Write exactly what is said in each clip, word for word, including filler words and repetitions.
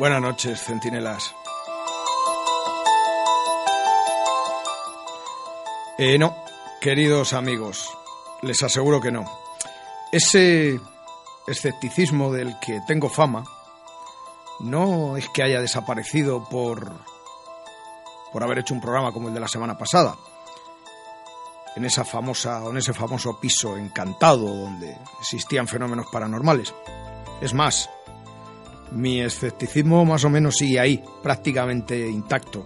Buenas noches, centinelas. Eh, no, queridos amigos, les aseguro que no. Ese escepticismo del que tengo fama no es que haya desaparecido por, por haber hecho un programa como el de la semana pasada, en esa famosa, en ese famoso piso encantado donde existían fenómenos paranormales. Es más, mi escepticismo más o menos sigue ahí, prácticamente intacto.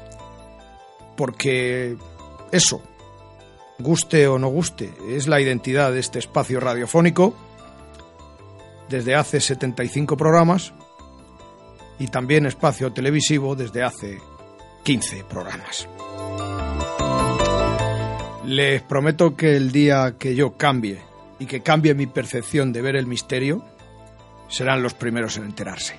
Porque eso, guste o no guste, es la identidad de este espacio radiofónico desde hace setenta y cinco programas y también espacio televisivo desde hace quince programas. Les prometo que el día que yo cambie y que cambie mi percepción de ver el misterio, serán los primeros en enterarse.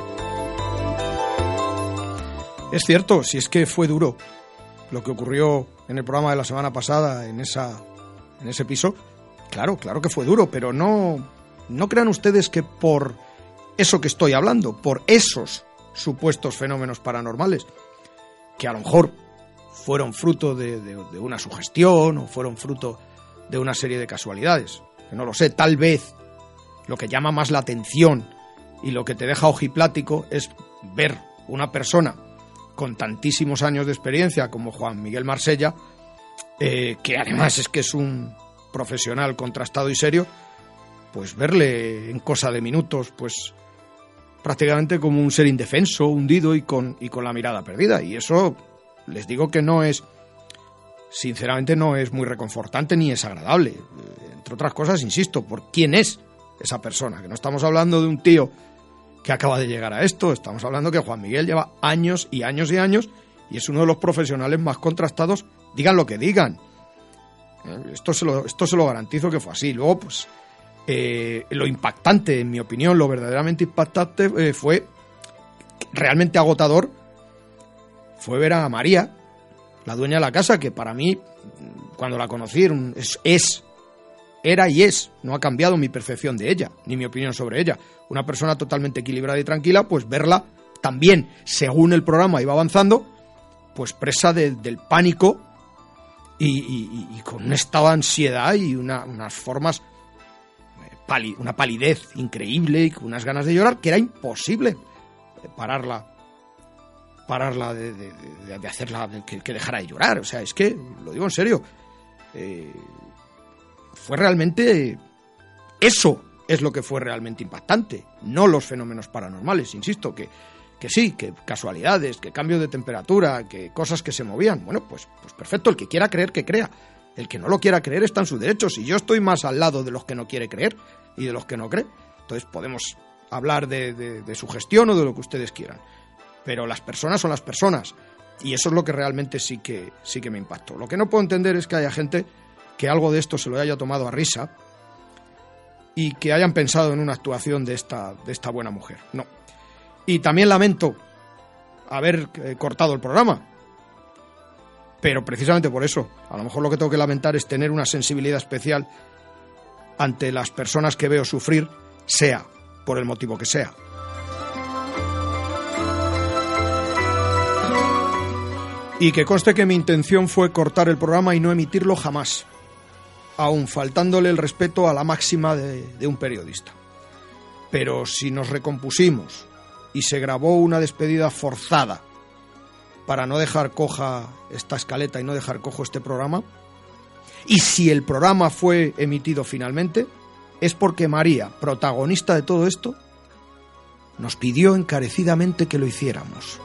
Es cierto, si es que fue duro lo que ocurrió en el programa de la semana pasada, en esa, en ese piso, claro, claro que fue duro, pero no, no crean ustedes que por eso que estoy hablando, por esos supuestos fenómenos paranormales, que a lo mejor fueron fruto de, de, de una sugestión o fueron fruto de una serie de casualidades, que no lo sé, tal vez lo que llama más la atención y lo que te deja ojiplático es ver una persona con tantísimos años de experiencia como Juan Miguel Marsella, eh, que además es que es un profesional contrastado y serio, pues verle en cosa de minutos, pues prácticamente como un ser indefenso, hundido y con, y con la mirada perdida. Y eso, les digo que no es, sinceramente no es muy reconfortante ni es agradable. Entre otras cosas, insisto, por quién es esa persona, que no estamos hablando de un tío que acaba de llegar a esto, estamos hablando que Juan Miguel lleva años y años y años y es uno de los profesionales más contrastados, digan lo que digan. Esto se lo, esto se lo garantizo que fue así. Luego, pues, eh, lo impactante, en mi opinión, lo verdaderamente impactante eh, fue, realmente agotador, fue ver a María, la dueña de la casa, que para mí, cuando la conocí, es... es Era y es, no ha cambiado mi percepción de ella, ni mi opinión sobre ella. Una persona totalmente equilibrada y tranquila, pues verla también, según el programa iba avanzando, pues presa de, del pánico y, y, y con un estado de ansiedad y una, unas formas, pali, una palidez increíble y con unas ganas de llorar que era imposible pararla, pararla de, de, de, de hacerla, que, que dejara de llorar. O sea, es que, lo digo en serio, eh... fue realmente... Eso es lo que fue realmente impactante, no los fenómenos paranormales, insisto, que, que sí, que casualidades, que cambios de temperatura, que cosas que se movían. Bueno, pues, pues perfecto, el que quiera creer, que crea. El que no lo quiera creer está en su derecho. Si yo estoy más al lado de los que no quiere creer y de los que no cree, entonces podemos hablar de, de, de sugestión o de lo que ustedes quieran. Pero las personas son las personas, y eso es lo que realmente sí que, sí que me impactó. Lo que no puedo entender es que haya gente que algo de esto se lo haya tomado a risa y que hayan pensado en una actuación de esta, de esta buena mujer. No. Y también lamento haber eh, cortado el programa, pero precisamente por eso, a lo mejor lo que tengo que lamentar es tener una sensibilidad especial ante las personas que veo sufrir, sea por el motivo que sea. Y que conste que mi intención fue cortar el programa y no emitirlo jamás, aun faltándole el respeto a la máxima de, de un periodista. Pero si nos recompusimos y se grabó una despedida forzada para no dejar coja esta escaleta y no dejar cojo este programa, y si el programa fue emitido finalmente, es porque María, protagonista de todo esto, nos pidió encarecidamente que lo hiciéramos.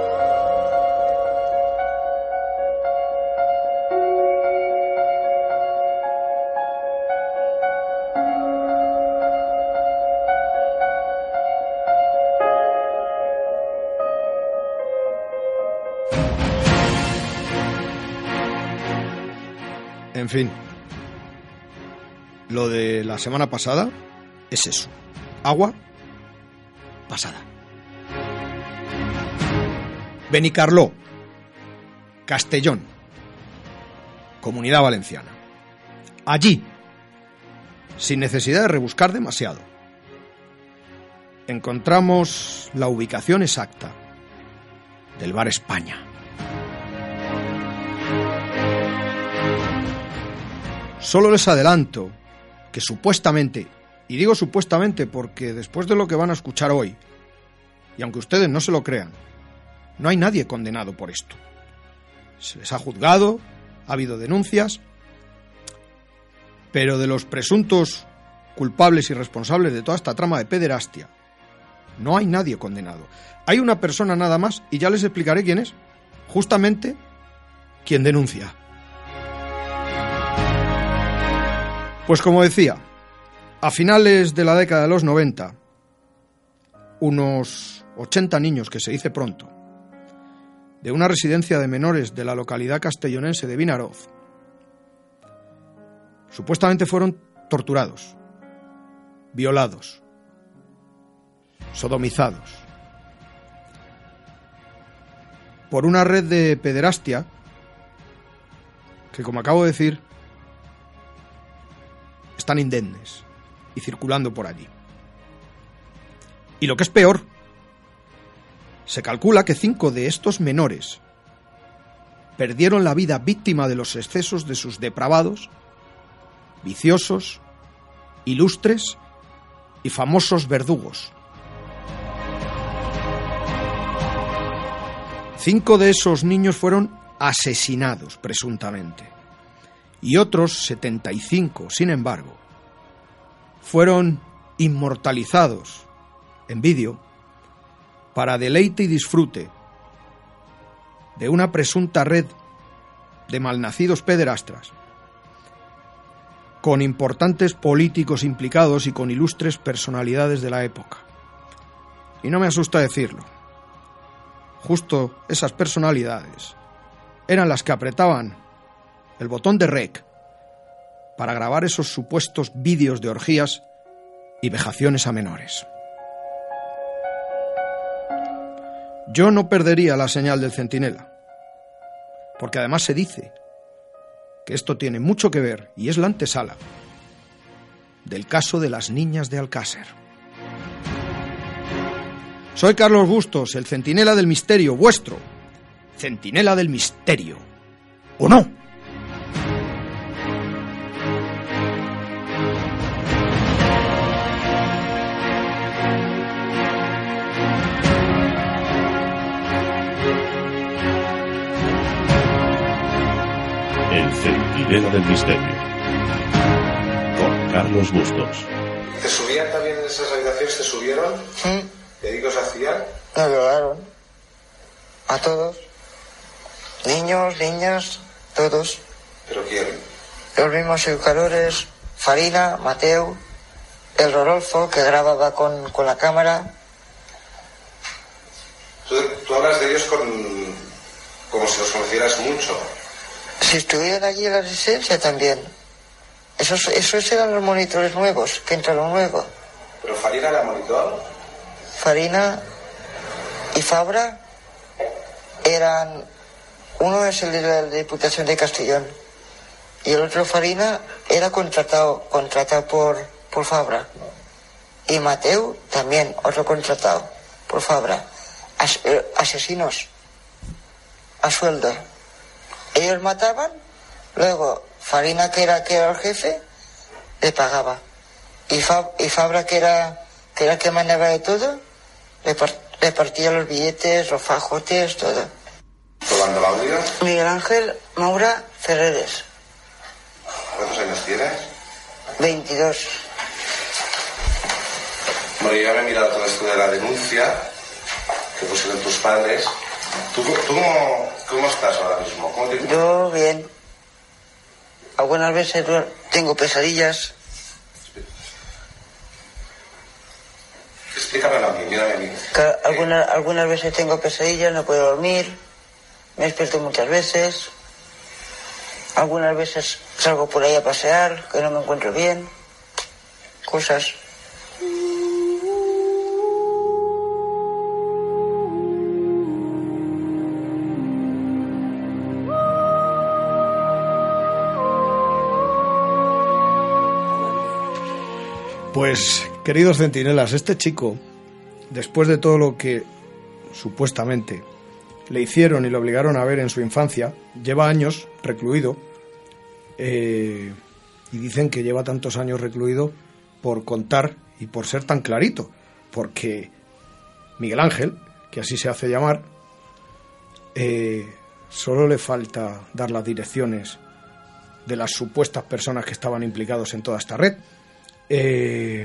En fin, lo de la semana pasada es eso, agua pasada. Benicarló, Castellón, Comunidad Valenciana. Allí, sin necesidad de rebuscar demasiado. encontramos la ubicación exacta del Bar España. Solo les adelanto que supuestamente, y digo supuestamente porque después de lo que van a escuchar hoy, y aunque ustedes no se lo crean, no hay nadie condenado por esto. Se les ha juzgado, ha habido denuncias, pero de los presuntos culpables y responsables de toda esta trama de pederastia, no hay nadie condenado. Hay una persona nada más, y ya les explicaré quién es, justamente quien denuncia. Pues como decía, a finales de la década de los noventa, unos ochenta niños, que se dice pronto, de una residencia de menores de la localidad castellonense de Vinaroz, supuestamente fueron torturados, violados, sodomizados por una red de pederastia que, como acabo de decir, están indemnes y circulando por allí. Y lo que es peor, se calcula que cinco de estos menores perdieron la vida víctima de los excesos de sus depravados, viciosos, ilustres y famosos verdugos. Cinco de esos niños fueron asesinados, presuntamente, y otros setenta y cinco, sin embargo, fueron inmortalizados en vídeo para deleite y disfrute de una presunta red de malnacidos pederastras, con importantes políticos implicados y con ilustres personalidades de la época. Y no me asusta decirlo, justo esas personalidades eran las que apretaban el botón de rec para grabar esos supuestos vídeos de orgías y vejaciones a menores. Yo no perdería la señal del centinela, porque además se dice que esto tiene mucho que ver, y es la antesala del caso de las niñas de Alcácer. Soy Carlos Bustos, el centinela del misterio, vuestro centinela del misterio, ¿o no? El centinela del misterio, con Carlos Bustos. ¿Te subían también en esas habitaciones? ¿Te subieron? ¿Mm? ¿Y ahí qué os hacían? Nos violaron. A todos. Niños, niñas, todos. ¿Pero quién? Los mismos educadores, Farina, Mateo, el Rodolfo, que grababa con, con la cámara. Tú, tú hablas de ellos con, como si los conocieras mucho. Si estuvieran allí en la residencia también. Esos, esos eran los monitores nuevos, que entraron luego. ¿Pero Farina era monitor? Farina y Fabra eran... Uno es el de la Diputación de Castellón y el otro, Farina, era contratado contratado por, por Fabra. Y Mateo también, otro contratado por Fabra. As, eh, asesinos a sueldo. Ellos mataban, luego Farina, que era, que era el jefe, le pagaba. Y, Fab, y Fabra, que era, que era el que mandaba de todo, le, par, le partía los billetes, los fajotes, todo. ¿Probando el audio? Miguel Ángel Maura Ferreres. ¿Cuántos años tienes? veintidós. Bueno, yo ya me he mirado todo esto de la denuncia que pusieron tus padres. ¿Tú, tú cómo, cómo estás ahora mismo? ¿Cómo te... Yo bien. Algunas veces tengo pesadillas. Explícamelo a mí, mírame a mí. Algunas, algunas veces tengo pesadillas, no puedo dormir. Me despierto muchas veces. Algunas veces salgo por ahí a pasear, que no me encuentro bien. Cosas. Pues, queridos centinelas, este chico después de todo lo que supuestamente le hicieron y le obligaron a ver en su infancia, lleva años recluido, eh, y dicen que lleva tantos años recluido por contar y por ser tan clarito, porque Miguel Ángel, que así se hace llamar, eh, solo le falta dar las direcciones de las supuestas personas que estaban implicados en toda esta red. Eh,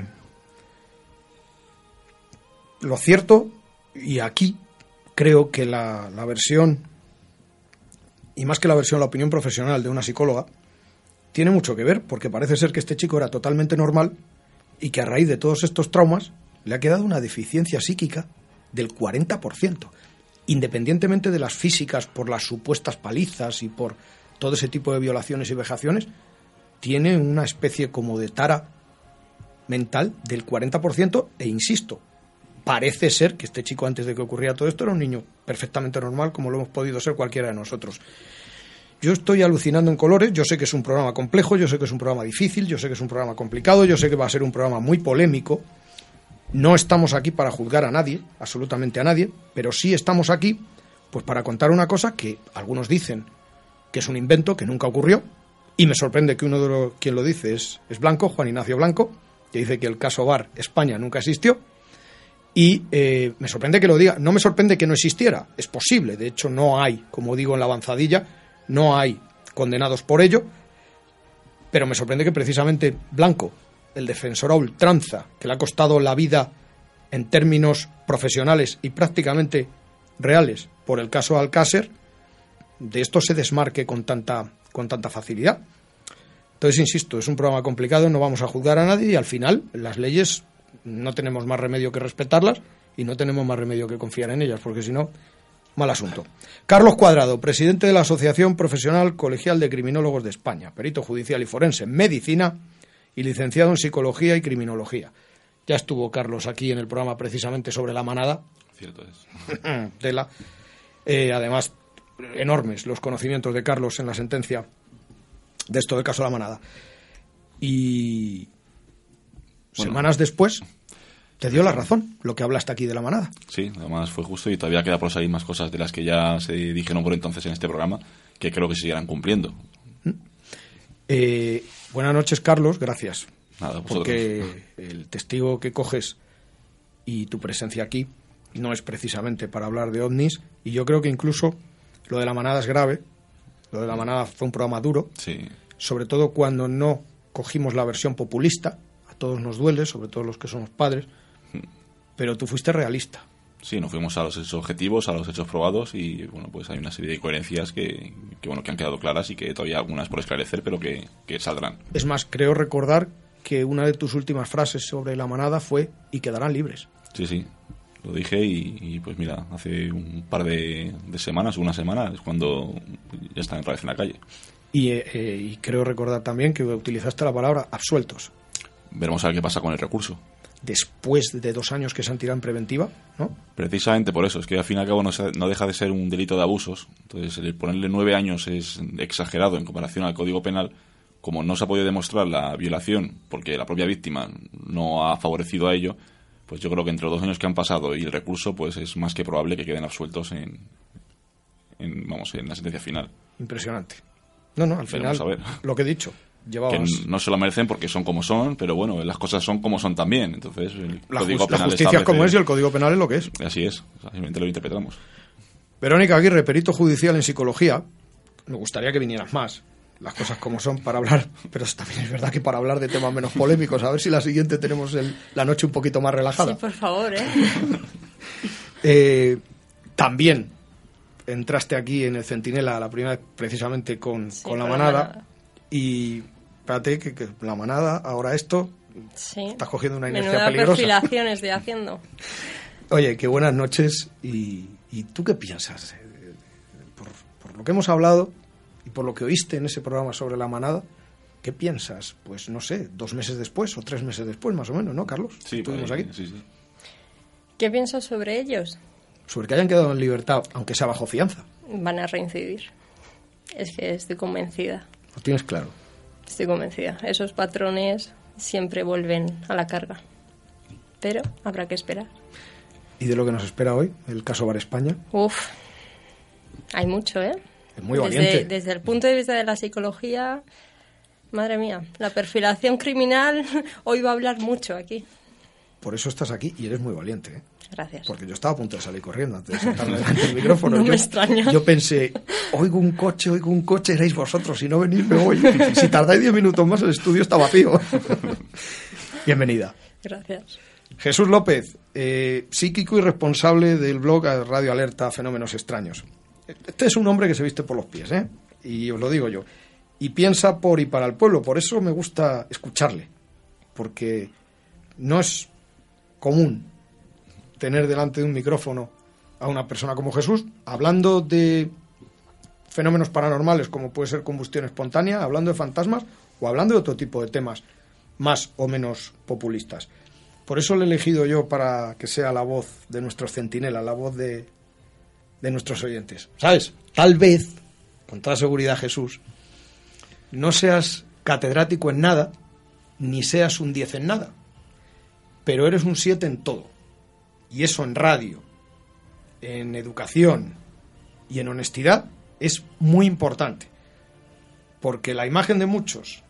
lo cierto, y aquí creo que la, la versión, y más que la versión, la opinión profesional de una psicóloga, tiene mucho que ver, porque parece ser que este chico era totalmente normal y que a raíz de todos estos traumas le ha quedado una deficiencia psíquica del cuarenta por ciento, independientemente de las físicas, por las supuestas palizas y por todo ese tipo de violaciones y vejaciones, tiene una especie como de tara mental del cuarenta por ciento, e insisto, parece ser que este chico, antes de que ocurriera todo esto, era un niño perfectamente normal, como lo hemos podido ser cualquiera de nosotros. Yo estoy alucinando en colores, yo sé que es un programa complejo, yo sé que es un programa difícil, yo sé que es un programa complicado, yo sé que va a ser un programa muy polémico. No estamos aquí para juzgar a nadie, absolutamente a nadie, pero sí estamos aquí pues para contar una cosa que algunos dicen que es un invento, que nunca ocurrió, y me sorprende que uno de los quien lo dice es, es Blanco, Juan Ignacio Blanco, que dice que el caso Bar España nunca existió, y eh, me sorprende que lo diga. No me sorprende que no existiera, es posible, de hecho no hay, como digo en la avanzadilla, no hay condenados por ello, pero me sorprende que precisamente Blanco, el defensor a ultranza, que le ha costado la vida en términos profesionales y prácticamente reales por el caso Alcácer, de esto se desmarque con tanta, con tanta facilidad. Entonces, insisto, es un programa complicado, no vamos a juzgar a nadie y al final las leyes no tenemos más remedio que respetarlas y no tenemos más remedio que confiar en ellas, porque si no, mal asunto. Carlos Cuadrado, presidente de la Asociación Profesional Colegial de Criminólogos de España, perito judicial y forense en medicina y licenciado en psicología y criminología. Ya estuvo Carlos aquí en el programa precisamente sobre La Manada. Cierto es. Tela. Eh, además, enormes los conocimientos de Carlos en la sentencia de esto del caso La Manada. Y bueno, semanas después te dio la razón lo que hablaste aquí de La Manada. Sí, además fue justo y todavía queda por salir más cosas de las que ya se dijeron por entonces en este programa, que creo que se seguirán cumpliendo. Eh, buenas noches, Carlos, gracias. Nada, porque el testigo que coges y tu presencia aquí no es precisamente para hablar de ovnis, y yo creo que incluso lo de La Manada es grave. Lo de La Manada fue un programa duro, sí, sobre todo cuando no cogimos la versión populista. A todos nos duele, sobre todo los que somos padres, pero tú fuiste realista. Sí, nos fuimos a los hechos objetivos, a los hechos probados, y bueno, pues hay una serie de incoherencias que, que bueno, que han quedado claras y que todavía algunas por esclarecer, pero que, que saldrán. Es más, creo recordar que una de tus últimas frases sobre La Manada fue "y quedarán libres". Sí, sí, lo dije y, y pues mira, hace un par de, de semanas, una semana, es cuando ya están otra vez en la calle. Y, eh, y creo recordar también que utilizaste la palabra absueltos. Veremos a ver qué pasa con el recurso. Después de dos años que se han tirado en preventiva, ¿no? Precisamente por eso, es que al fin y al cabo no, se, no deja de ser un delito de abusos. Entonces, el ponerle nueve años es exagerado en comparación al Código Penal. Como no se ha podido demostrar la violación, porque la propia víctima no ha favorecido a ello, pues yo creo que entre los dos años que han pasado y el recurso, pues es más que probable que queden absueltos en, en vamos, en la sentencia final. Impresionante. No, no, al Veremos final, a ver. Lo que he dicho. Llevabas... Que no se lo merecen porque son como son, pero bueno, las cosas son como son también. Entonces, el la, Código just, Penal la justicia es como es y el Código Penal es lo que es. Así es, simplemente lo interpretamos. Verónica Aguirre, perito judicial en psicología. Me gustaría que vinieras más, las cosas como son, para hablar, pero también es verdad que para hablar de temas menos polémicos, a ver si la siguiente tenemos el, la noche un poquito más relajada. Sí, por favor, ¿eh? eh también entraste aquí en el Centinela la primera vez precisamente con, sí, con La con Manada, la manada. Y espérate que, que La Manada, ahora esto, sí. Estás cogiendo una inercia Menuda peligrosa. perfilación estoy haciendo. Oye, qué buenas noches. ¿Y, y tú qué piensas? Eh, por, por lo que hemos hablado y por lo que oíste en ese programa sobre La Manada, ¿qué piensas? Pues no sé, dos meses después o tres meses después más o menos, ¿no, Carlos? Sí, Estuvimos ahí, aquí. Sí, sí. ¿Qué pienso sobre ellos? Sobre que hayan quedado en libertad, aunque sea bajo fianza. Van a reincidir. Es que estoy convencida. ¿Lo tienes claro? Estoy convencida. Esos patrones siempre vuelven a la carga. Pero habrá que esperar. ¿Y de lo que nos espera hoy, el caso Bar España? Uf, hay mucho, ¿eh? Es muy valiente. Desde, desde el punto de vista de la psicología, madre mía, la perfilación criminal, hoy va a hablar mucho aquí. Por eso estás aquí y eres muy valiente, ¿eh? Gracias. Porque yo estaba a punto de salir corriendo antes de sentarme delante del micrófono. No yo, me extraña. Yo pensé, oigo un coche, oigo un coche, erais vosotros, si no venís me voy. Si tardáis diez minutos más el estudio está vacío. Bienvenida. Gracias. Jesús López, eh, psíquico y responsable del blog Radio Alerta Fenómenos Extraños. Este es un hombre que se viste por los pies, ¿eh? Y os lo digo yo. Y piensa por y para el pueblo. Por eso me gusta escucharle. Porque no es común tener delante de un micrófono a una persona como Jesús, hablando de fenómenos paranormales como puede ser combustión espontánea, hablando de fantasmas o hablando de otro tipo de temas más o menos populistas. Por eso le he elegido yo para que sea la voz de nuestros centinelas, la voz de, de nuestros oyentes. ¿Sabes? Tal vez, con toda seguridad, Jesús, no seas catedrático en nada, ni seas un diez en nada, pero eres un siete en todo. Y eso en radio, en educación y en honestidad es muy importante. Porque la imagen de muchos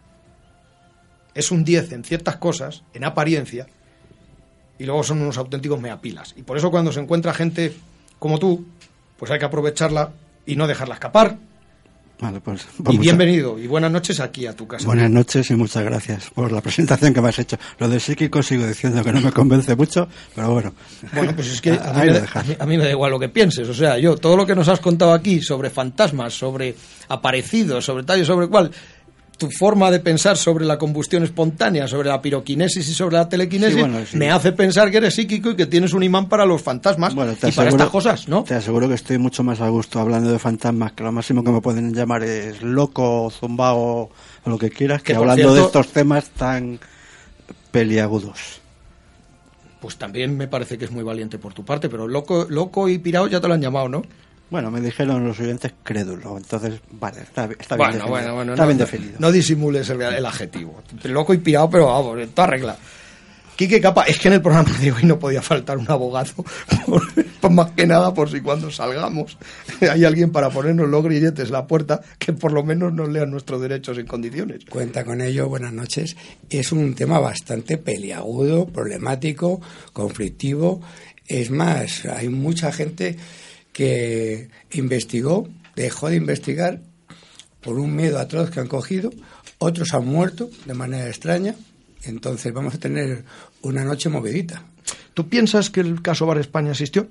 es un diez en ciertas cosas, en apariencia, y luego son unos auténticos meapilas. Y por eso cuando se encuentra gente como tú, pues hay que aprovecharla y no dejarla escapar. Vale, pues, y bienvenido, a... y buenas noches aquí a tu casa. Buenas noches y muchas gracias por la presentación que me has hecho. Lo de psíquico sigo diciendo que no me convence mucho, pero bueno. Bueno, pues es que a, a, mí, me da, a, mí, a mí me da igual lo que pienses. O sea, yo, todo lo que nos has contado aquí sobre fantasmas, sobre aparecidos, sobre tal y sobre cual, tu forma de pensar sobre la combustión espontánea, sobre la piroquinesis y sobre la telequinesis, sí, bueno, sí. me hace pensar que eres psíquico y que tienes un imán para los fantasmas bueno, y aseguro, para estas cosas, ¿no? Te aseguro que estoy mucho más a gusto hablando de fantasmas, que lo máximo que me pueden llamar es loco, zumbao o lo que quieras, que, que hablando cierto, de estos temas tan peliagudos. Pues también me parece que es muy valiente por tu parte, pero loco, loco y pirado ya te lo han llamado, ¿no? Bueno, me dijeron los oyentes crédulo, entonces, vale, está, está bueno, bien definido. Bueno, bueno, está no, bien definido. No disimules el, el adjetivo. Loco y pirado, pero vamos, en toda regla. Quique Capa, es que en el programa de hoy no podía faltar un abogado, por, por más que nada por si cuando salgamos hay alguien para ponernos los grilletes en la puerta que por lo menos nos lean nuestros derechos en condiciones. Cuenta con ello, buenas noches. Es un tema bastante peliagudo, problemático, conflictivo. Es más, hay mucha gente que investigó, dejó de investigar por un miedo atroz que han cogido, otros han muerto de manera extraña, entonces vamos a tener una noche movidita. ¿Tú piensas que el caso Bar España existió?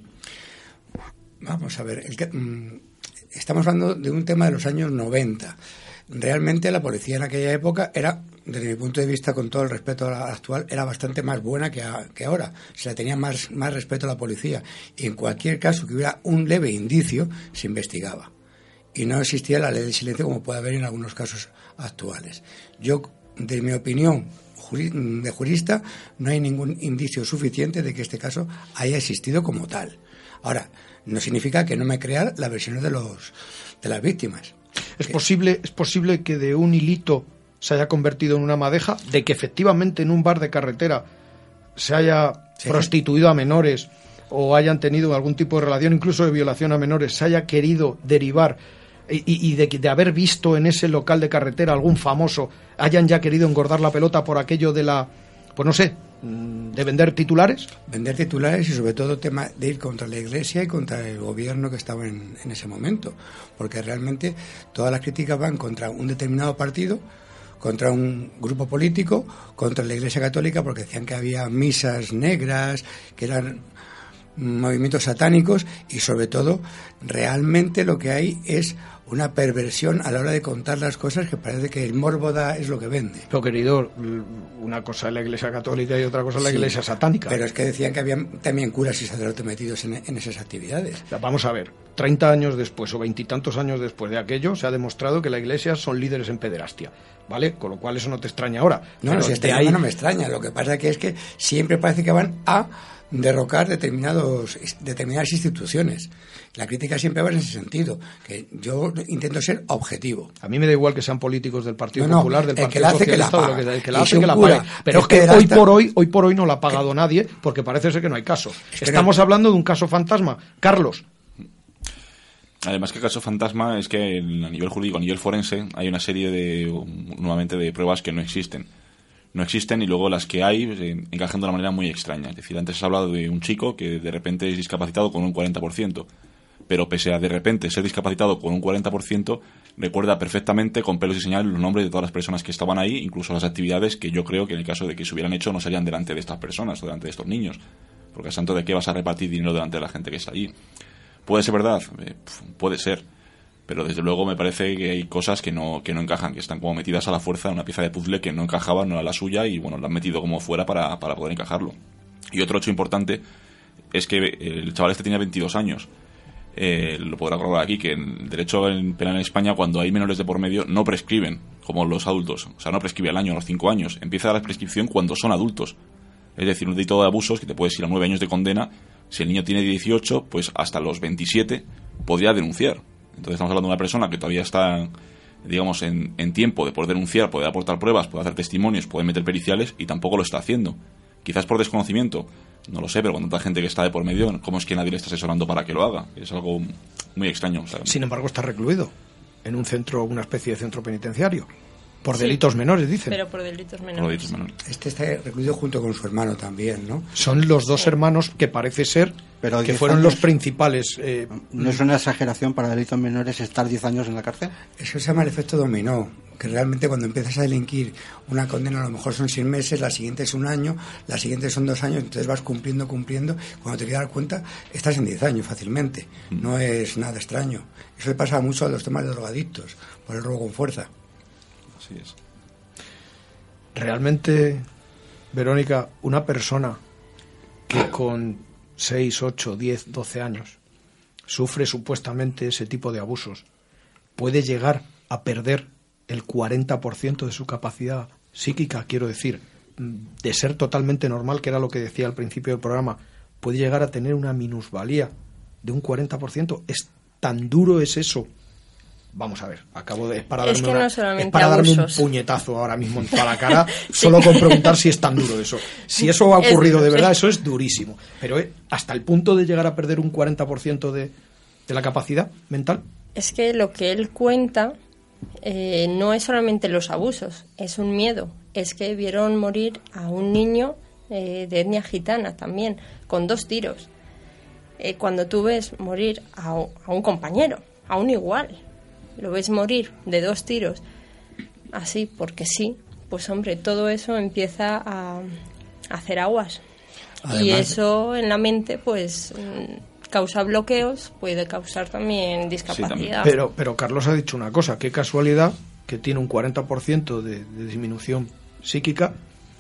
Vamos a ver, el que, mmm, estamos hablando de un tema de los años noventa. Realmente la policía en aquella época era, desde mi punto de vista, con todo el respeto a la actual, era bastante más buena que, a, que ahora. Se le tenía más, más respeto a la policía. Y en cualquier caso que hubiera un leve indicio, se investigaba. Y no existía la ley del silencio como puede haber en algunos casos actuales. Yo, de mi opinión de jurista, no hay ningún indicio suficiente de que este caso haya existido como tal. Ahora, no significa que no me crea las versiones de, los, de las víctimas. ¿Es posible, ¿Es posible que de un hilito se haya convertido en una madeja? ¿De que efectivamente en un bar de carretera se haya sí. prostituido a menores o hayan tenido algún tipo de relación, incluso de violación a menores, se haya querido derivar y, y de, de haber visto en ese local de carretera algún famoso, hayan ya querido engordar la pelota por aquello de la, pues no sé, de vender titulares? Vender titulares y sobre todo tema de ir contra la Iglesia y contra el gobierno que estaba en, en ese momento, porque realmente todas las críticas van contra un determinado partido, contra un grupo político, contra la Iglesia Católica, porque decían que había misas negras, que eran movimientos satánicos, y sobre todo realmente lo que hay es una perversión a la hora de contar las cosas, que parece que el morbo da es lo que vende. Pero querido, una cosa es la Iglesia Católica y otra cosa es la sí, Iglesia satánica. Pero es que decían que había también curas y sacerdotes metidos en, en esas actividades. Vamos a ver, treinta años después o veintitantos años después de aquello se ha demostrado que la Iglesia son líderes en pederastia, ¿vale? Con lo cual eso no te extraña ahora. No, no, si este ahí... no me extraña, lo que pasa que es que siempre parece que van a derrocar determinados determinadas instituciones. La crítica siempre va en ese sentido, que yo intento ser objetivo. A mí me da igual que sean políticos del Partido no, no, Popular, del el Partido que la hace Socialista, que la o lo que sea, el que la y hace si que la cura, pague. Pero es es que que hoy hasta... por hoy, hoy por hoy no la ha pagado nadie, porque parece ser que no hay caso. Es que Estamos no... hablando de un caso fantasma. Carlos. Además que el caso fantasma es que a nivel jurídico, a nivel forense, hay una serie de, nuevamente, de pruebas que no existen. No existen y luego las que hay eh, encajan de una manera muy extraña. Es decir, antes se ha hablado de un chico que de repente es discapacitado con un cuarenta por ciento. Pero pese a de repente ser discapacitado con un cuarenta por ciento, recuerda perfectamente con pelos y señales los nombres de todas las personas que estaban ahí, incluso las actividades que yo creo que en el caso de que se hubieran hecho no serían delante de estas personas o delante de estos niños. Porque a santo de qué vas a repartir dinero delante de la gente que está allí. ¿Puede ser verdad? Eh, puede ser. Pero desde luego me parece que hay cosas que no, que no encajan, que están como metidas a la fuerza en una pieza de puzzle que no encajaba, no era la suya y bueno, la han metido como fuera para, para poder encajarlo. Y otro hecho importante es que el chaval este tenía veintidós años. Eh, lo podrá corroborar aquí, que en derecho penal en España, cuando hay menores de por medio, no prescriben como los adultos. O sea, no prescribe al año, a los cinco años. Empieza la prescripción cuando son adultos. Es decir, un delito de abusos que te puedes ir a nueve años de condena. Si el niño tiene dieciocho, pues hasta los veintisiete podría denunciar. Entonces estamos hablando de una persona que todavía está, digamos, en, en tiempo de poder denunciar, poder aportar pruebas, poder hacer testimonios, poder meter periciales, y tampoco lo está haciendo. Quizás por desconocimiento, no lo sé, pero con tanta gente que está de por medio, ¿cómo es que nadie le está asesorando para que lo haga? Es algo muy extraño. ¿Sabes? Sin embargo, está recluido en un centro, una especie de centro penitenciario. Por sí, delitos menores, dicen. Pero por delitos menores. Por delitos menores. Este está recluido junto con su hermano también, ¿no? Son los dos hermanos que parece ser pero que fueron años, los principales. Eh, ¿No es una exageración para delitos menores estar diez años en la cárcel? Eso se llama el efecto dominó, que realmente cuando empiezas a delinquir una condena a lo mejor son seis meses, la siguiente es un año, la siguiente son dos años, entonces vas cumpliendo, cumpliendo, cuando te quieres dar cuenta estás en diez años fácilmente. Mm. No es nada extraño. Eso le pasa mucho a los temas de drogadictos, por el robo con fuerza. Así es. Realmente, Verónica, una persona que con seis, ocho, diez, doce años sufre supuestamente ese tipo de abusos, puede llegar a perder el cuarenta por ciento de su capacidad psíquica, quiero decir, de ser totalmente normal, que era lo que decía al principio del programa, puede llegar a tener una minusvalía de un cuarenta por ciento. ¿Es tan duro es eso? Vamos a ver, acabo de... Es para darme, es que una, no solamente es para darme un puñetazo ahora mismo en toda la cara, sí. Solo con preguntar si es tan duro eso. Si eso ha ocurrido es, de verdad, sí. Eso es durísimo. Pero eh, hasta el punto de llegar a perder un cuarenta por ciento de, de la capacidad mental. Es que lo que él cuenta eh, no es solamente los abusos, es un miedo. Es que vieron morir a un niño eh, de etnia gitana también, con dos tiros. Eh, cuando tú ves morir a, a un compañero, a un igual... lo ves morir de dos tiros así porque sí, pues hombre, todo eso empieza a, a hacer aguas. Además, y eso en la mente pues causa bloqueos, puede causar también discapacidad. Sí, pero, pero Carlos ha dicho una cosa, qué casualidad que tiene un cuarenta por ciento de, de disminución psíquica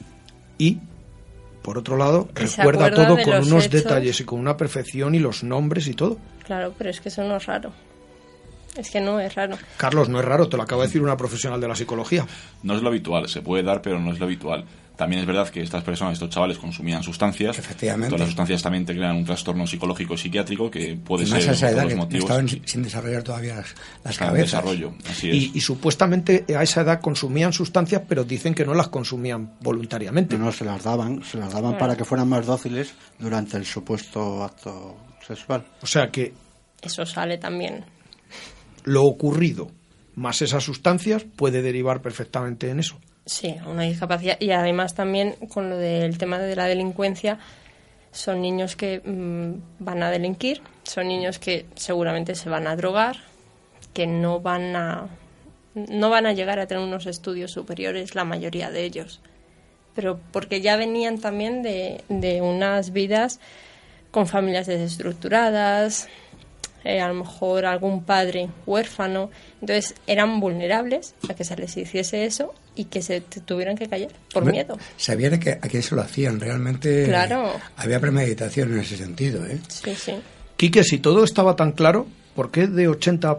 y por otro lado recuerda todo con unos hechos, detalles y con una perfección y los nombres y todo. Claro, pero es que eso no es raro. Es que no es raro. Carlos, no es raro, te lo acaba de decir una profesional de la psicología. No es lo habitual, se puede dar, pero no es lo habitual. También es verdad que estas personas, estos chavales, consumían sustancias. Efectivamente. Todas las sustancias también te crean un trastorno psicológico psiquiátrico que puede y ser más a esa edad por los que motivos. Estaban sin desarrollar todavía las, las Está cabezas. En desarrollo, así es. Y, y supuestamente a esa edad consumían sustancias, pero dicen que no las consumían voluntariamente. No, no, se las daban, se las daban para que fueran más dóciles durante el supuesto acto sexual. O sea que... Eso sale también. Lo ocurrido más esas sustancias puede derivar perfectamente en eso. Sí, una discapacidad. Y además también con lo del tema de la delincuencia, son niños que mmm, van a delinquir, son niños que seguramente se van a drogar, que no van a no van a llegar a tener unos estudios superiores, la mayoría de ellos. Pero porque ya venían también de, de unas vidas con familias desestructuradas, Eh, a lo mejor algún padre huérfano, entonces eran vulnerables a que se les hiciese eso y que se tuvieran que callar por Hombre, miedo. Sabían que a quién se lo hacían, realmente claro. Había premeditación en ese sentido, ¿eh? Sí, sí. Quique, si todo estaba tan claro, ¿por qué de ochenta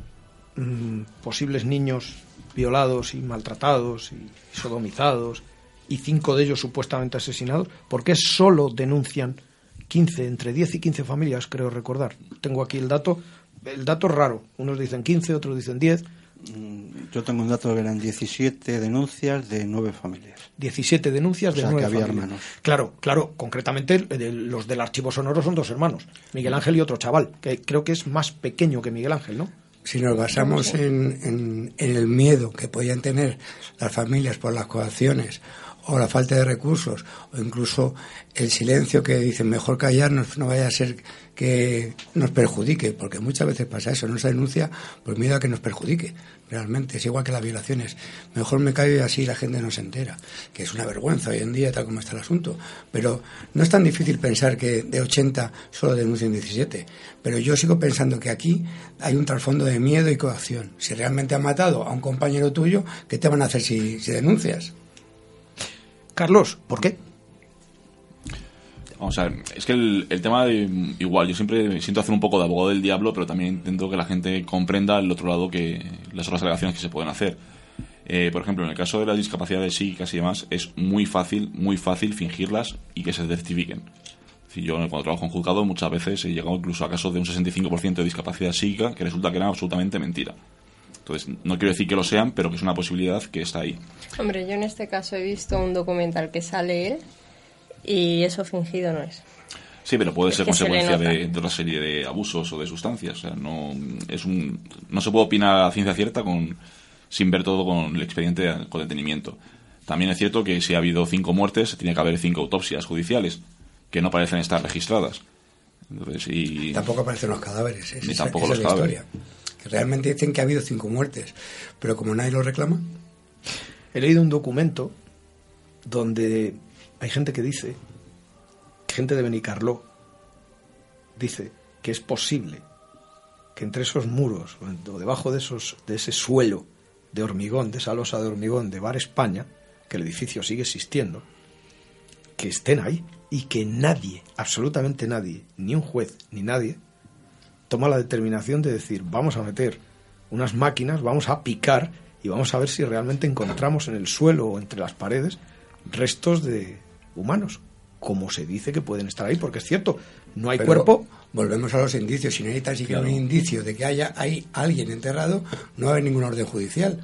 mmm, posibles niños violados y maltratados y sodomizados y cinco de ellos supuestamente asesinados, por qué solo denuncian quince, entre diez y quince familias, creo recordar. Tengo aquí el dato. El dato es raro. Unos dicen quince, otros dicen diez. Yo tengo un dato que eran diecisiete denuncias de nueve familias. diecisiete denuncias de o sea, nueve que había familias. hermanos. Claro, claro. Concretamente, los del archivo sonoro son dos hermanos. Miguel Ángel y otro chaval, que creo que es más pequeño que Miguel Ángel, ¿no? Si nos basamos en, en, en el miedo que podían tener las familias por las coacciones o la falta de recursos o incluso el silencio que dicen mejor callarnos, no vaya a ser que nos perjudique, porque muchas veces pasa eso, no se denuncia por miedo a que nos perjudique. Realmente es igual que las violaciones, mejor me callo y así la gente no se entera, que es una vergüenza hoy en día tal como está el asunto, pero no es tan difícil pensar que de ochenta solo denuncian diecisiete, pero yo sigo pensando que aquí hay un trasfondo de miedo y coacción. Si realmente han matado a un compañero tuyo, ¿qué te van a hacer si, si denuncias? Carlos, ¿por qué? Vamos a ver, es que el, el tema de, igual, yo siempre siento hacer un poco de abogado del diablo, pero también intento que la gente comprenda el otro lado, que las otras alegaciones que se pueden hacer. Eh, por ejemplo, en el caso de las discapacidades psíquicas y demás, es muy fácil, muy fácil fingirlas y que se certifiquen. Es decir, yo cuando trabajo en juzgado muchas veces he llegado incluso a casos de un sesenta y cinco por ciento de discapacidad psíquica que resulta que eran absolutamente mentira. Entonces, no quiero decir que lo sean, pero que es una posibilidad que está ahí. Hombre, yo en este caso he visto un documental que sale él y eso fingido no es. Sí, pero puede es ser consecuencia se de, de otra serie de abusos o de sustancias. O sea, no es un no se puede opinar a ciencia cierta con sin ver todo con el expediente con detenimiento. También es cierto que si ha habido cinco muertes, tiene que haber cinco autopsias judiciales que no parecen estar registradas. Entonces, y tampoco aparecen los cadáveres. Es ni esa, tampoco esa los es la cadáveres. Historia. Que realmente dicen que ha habido cinco muertes, pero como nadie lo reclama. He leído un documento donde hay gente que dice, gente de Benicarló, dice que es posible que entre esos muros o debajo de esos de ese suelo de hormigón, de esa losa de hormigón de Bar España, que el edificio sigue existiendo, que estén ahí y que nadie, absolutamente nadie, ni un juez ni nadie, toma la determinación de decir, vamos a meter unas máquinas, vamos a picar y vamos a ver si realmente encontramos en el suelo o entre las paredes restos de humanos, como se dice que pueden estar ahí, porque es cierto, no hay Pero cuerpo. Volvemos a los indicios. Si no hay tan siquiera Claro. un indicio de que haya hay alguien enterrado, no va a haber ningún orden judicial.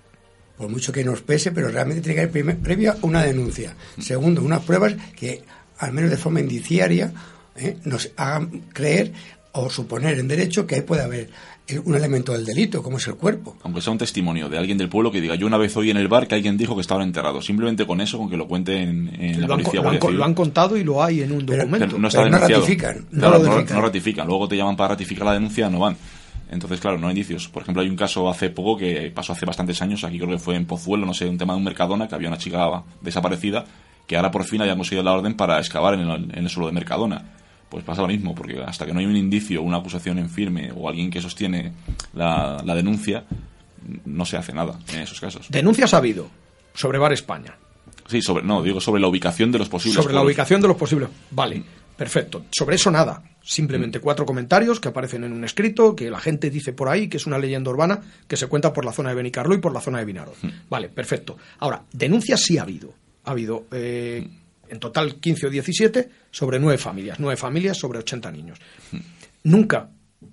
Por mucho que nos pese, pero realmente tiene que haber primer, previa una denuncia. Segundo, unas pruebas que, al menos de forma indiciaria, ¿eh? nos hagan creer o suponer en derecho que ahí puede haber un elemento del delito, como es el cuerpo. Aunque sea un testimonio de alguien del pueblo que diga, yo una vez oí en el bar que alguien dijo que estaban enterrados. Simplemente con eso, con que lo cuente en, en la Lo han, policía. lo, han, Guardia Civil. lo han contado y lo hay en un Pero- documento. Pero no está Pero no denunciado. ratifican, no Claro, lo no, ratifican. no ratifican. Luego te llaman para ratificar la denuncia, no van. Entonces, claro, no hay indicios. Por ejemplo, hay un caso hace poco que pasó hace bastantes años, aquí creo que fue en Pozuelo, no sé, un tema de un Mercadona, que había una chica desaparecida, que ahora por fin habían conseguido la orden para excavar en el, en el suelo de Mercadona. Pues pasa lo mismo, porque hasta que no hay un indicio, una acusación en firme o alguien que sostiene la, la denuncia, no se hace nada en esos casos. Denuncias ha habido sobre Bar España. Sí, sobre, no, digo sobre la ubicación de los posibles Sobre la fueros. ubicación de los posibles. Vale, perfecto. Sobre eso nada. Simplemente cuatro comentarios que aparecen en un escrito, que la gente dice por ahí, que es una leyenda urbana que se cuenta por la zona de Benicarló y por la zona de Vinaroz. Vale, perfecto. Ahora, denuncias sí ha habido. Ha habido eh, en total quince o diecisiete sobre nueve familias. Nueve familias sobre ochenta niños. Nunca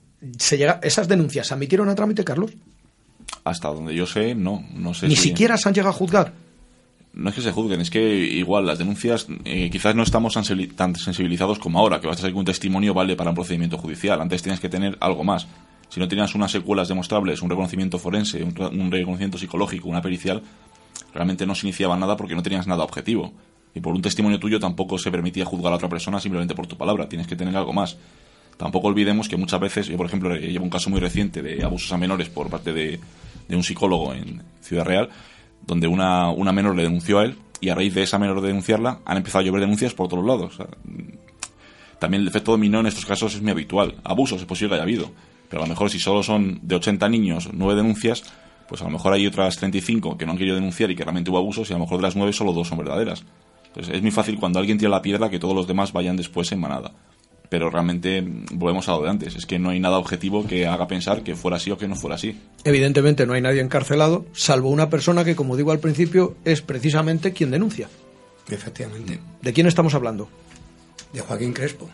se llega... ¿Esas denuncias se admitieron a trámite, Carlos? Hasta donde yo sé, no. no sé Ni si- siquiera se han llegado a juzgar. No es que se juzguen, es que igual las denuncias eh, quizás no estamos sensibili- tan sensibilizados como ahora, que basta que un testimonio vale para un procedimiento judicial. Antes tenías que tener algo más. Si no tenías unas secuelas demostrables, un reconocimiento forense, un, re- un reconocimiento psicológico, una pericial, realmente no se iniciaba nada porque no tenías nada objetivo. Y por un testimonio tuyo tampoco se permitía juzgar a otra persona simplemente por tu palabra. Tienes que tener algo más. Tampoco olvidemos que muchas veces, yo por ejemplo llevo un caso muy reciente de abusos a menores por parte de, de un psicólogo en Ciudad Real, donde una, una menor le denunció a él y a raíz de esa menor de denunciarla han empezado a llover denuncias por todos lados. O sea, también el efecto dominó en estos casos es muy habitual. Abusos es posible que haya habido, pero a lo mejor si solo son de ochenta niños, nueve denuncias, pues a lo mejor hay otras treinta y cinco que no han querido denunciar y que realmente hubo abusos y a lo mejor de las nueve solo dos son verdaderas. Entonces es muy fácil cuando alguien tira la piedra que todos los demás vayan después en manada. Pero realmente volvemos a lo de antes, es que no hay nada objetivo que haga pensar que fuera así o que no fuera así. Evidentemente no hay nadie encarcelado, salvo una persona que, como digo al principio, es precisamente quien denuncia. Efectivamente. ¿De quién estamos hablando? de Joaquín Crespo.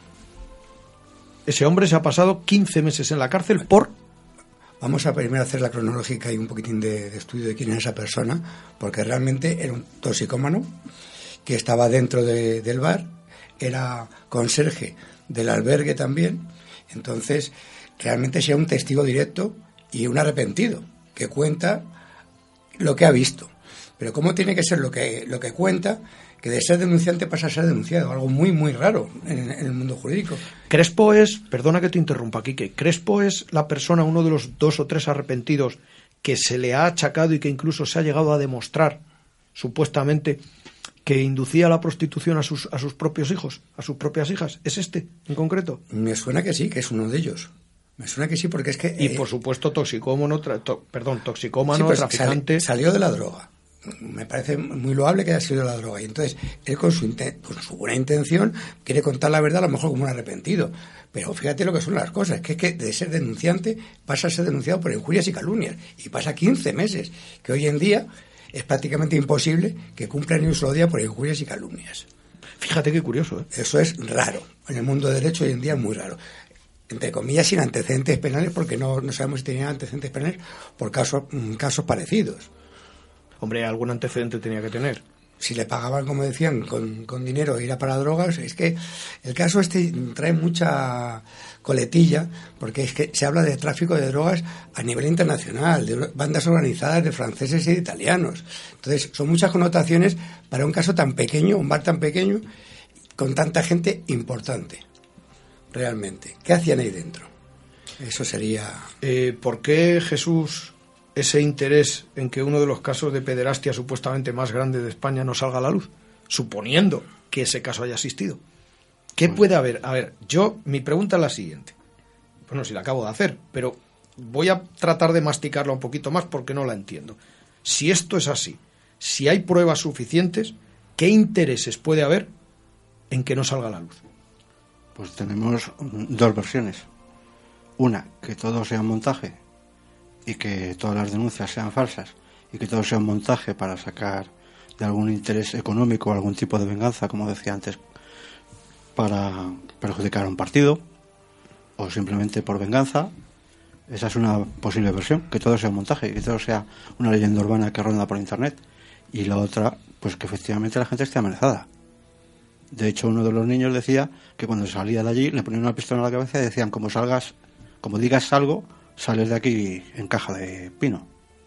Ese hombre se ha pasado quince meses en la cárcel por... Vamos a primero hacer la cronológica y un poquitín de, de estudio de quién es esa persona, porque realmente era un toxicómano que estaba dentro de, del bar, era conserje del albergue también, entonces realmente sea un testigo directo y un arrepentido que cuenta lo que ha visto. Pero ¿cómo tiene que ser lo que, lo que cuenta? Que de ser denunciante pasa a ser denunciado, algo muy, muy raro en, en el mundo jurídico. Crespo es, perdona que te interrumpa, Quique, Crespo es la persona, uno de los dos o tres arrepentidos que se le ha achacado y que incluso se ha llegado a demostrar, supuestamente, que inducía a la prostitución a sus, a sus propios hijos, a sus propias hijas. ¿Es este, en concreto? Me suena que sí, que es uno de ellos. Me suena que sí, porque es que... Y, eh, por supuesto, toxicómano, tra, to, perdón, toxicómano, sí, pues traficante... Sal, salió de la droga. Me parece muy loable que haya sido la droga. Y entonces, él con su, con su buena intención quiere contar la verdad, a lo mejor como un arrepentido. Pero fíjate lo que son las cosas, que es que de ser denunciante pasa a ser denunciado por injurias y calumnias. Y pasa quince meses, que hoy en día es prácticamente imposible que cumpla ni un solo día por injurias y calumnias. Fíjate qué curioso, ¿eh? Eso es raro. En el mundo de derecho hoy en día es muy raro. Entre comillas, sin antecedentes penales, porque no, no sabemos si tenía antecedentes penales por casos, casos parecidos. Hombre, algún antecedente tenía que tener. Si le pagaban, como decían, con, con dinero, ir a para drogas, es que el caso este trae mucha coletilla, porque es que se habla de tráfico de drogas a nivel internacional, de bandas organizadas de franceses y de italianos. Entonces, son muchas connotaciones para un caso tan pequeño, un bar tan pequeño, con tanta gente importante, realmente. ¿Qué hacían ahí dentro? Eso sería... Eh, ¿Por qué, Jesús, ese interés en que uno de los casos de pederastia supuestamente más grande de España no salga a la luz, suponiendo que ese caso haya existido? ¿Qué puede haber? A ver, yo, mi pregunta es la siguiente. Bueno, si la acabo de hacer, pero voy a tratar de masticarla un poquito más porque no la entiendo. Si esto es así, si hay pruebas suficientes, ¿qué intereses puede haber en que no salga a la luz? Pues tenemos dos versiones. Una, que todo sea un montaje y que todas las denuncias sean falsas y que todo sea un montaje para sacar de algún interés económico o algún tipo de venganza, como decía antes, para perjudicar a un partido o simplemente por venganza. Esa es una posible versión, que todo sea un montaje y que todo sea una leyenda urbana que ronda por internet. Y la otra, pues que efectivamente la gente esté amenazada. De hecho, uno de los niños decía que cuando salía de allí le ponían una pistola en la cabeza y decían, como salgas, como digas algo, sales de aquí en caja de pino.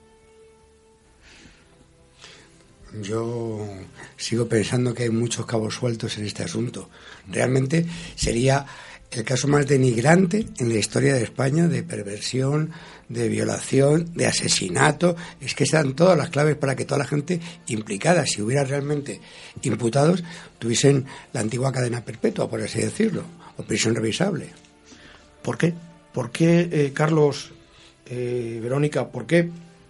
Yo sigo pensando que hay muchos cabos sueltos en este asunto. Realmente sería el caso más denigrante en la historia de España, de perversión, de violación, de asesinato. Es que están todas las claves para que toda la gente implicada, si hubiera realmente imputados, tuviesen la antigua cadena perpetua, por así decirlo, o prisión revisable. ¿Por qué? ¿Por qué, eh, Carlos, eh, Verónica, por qué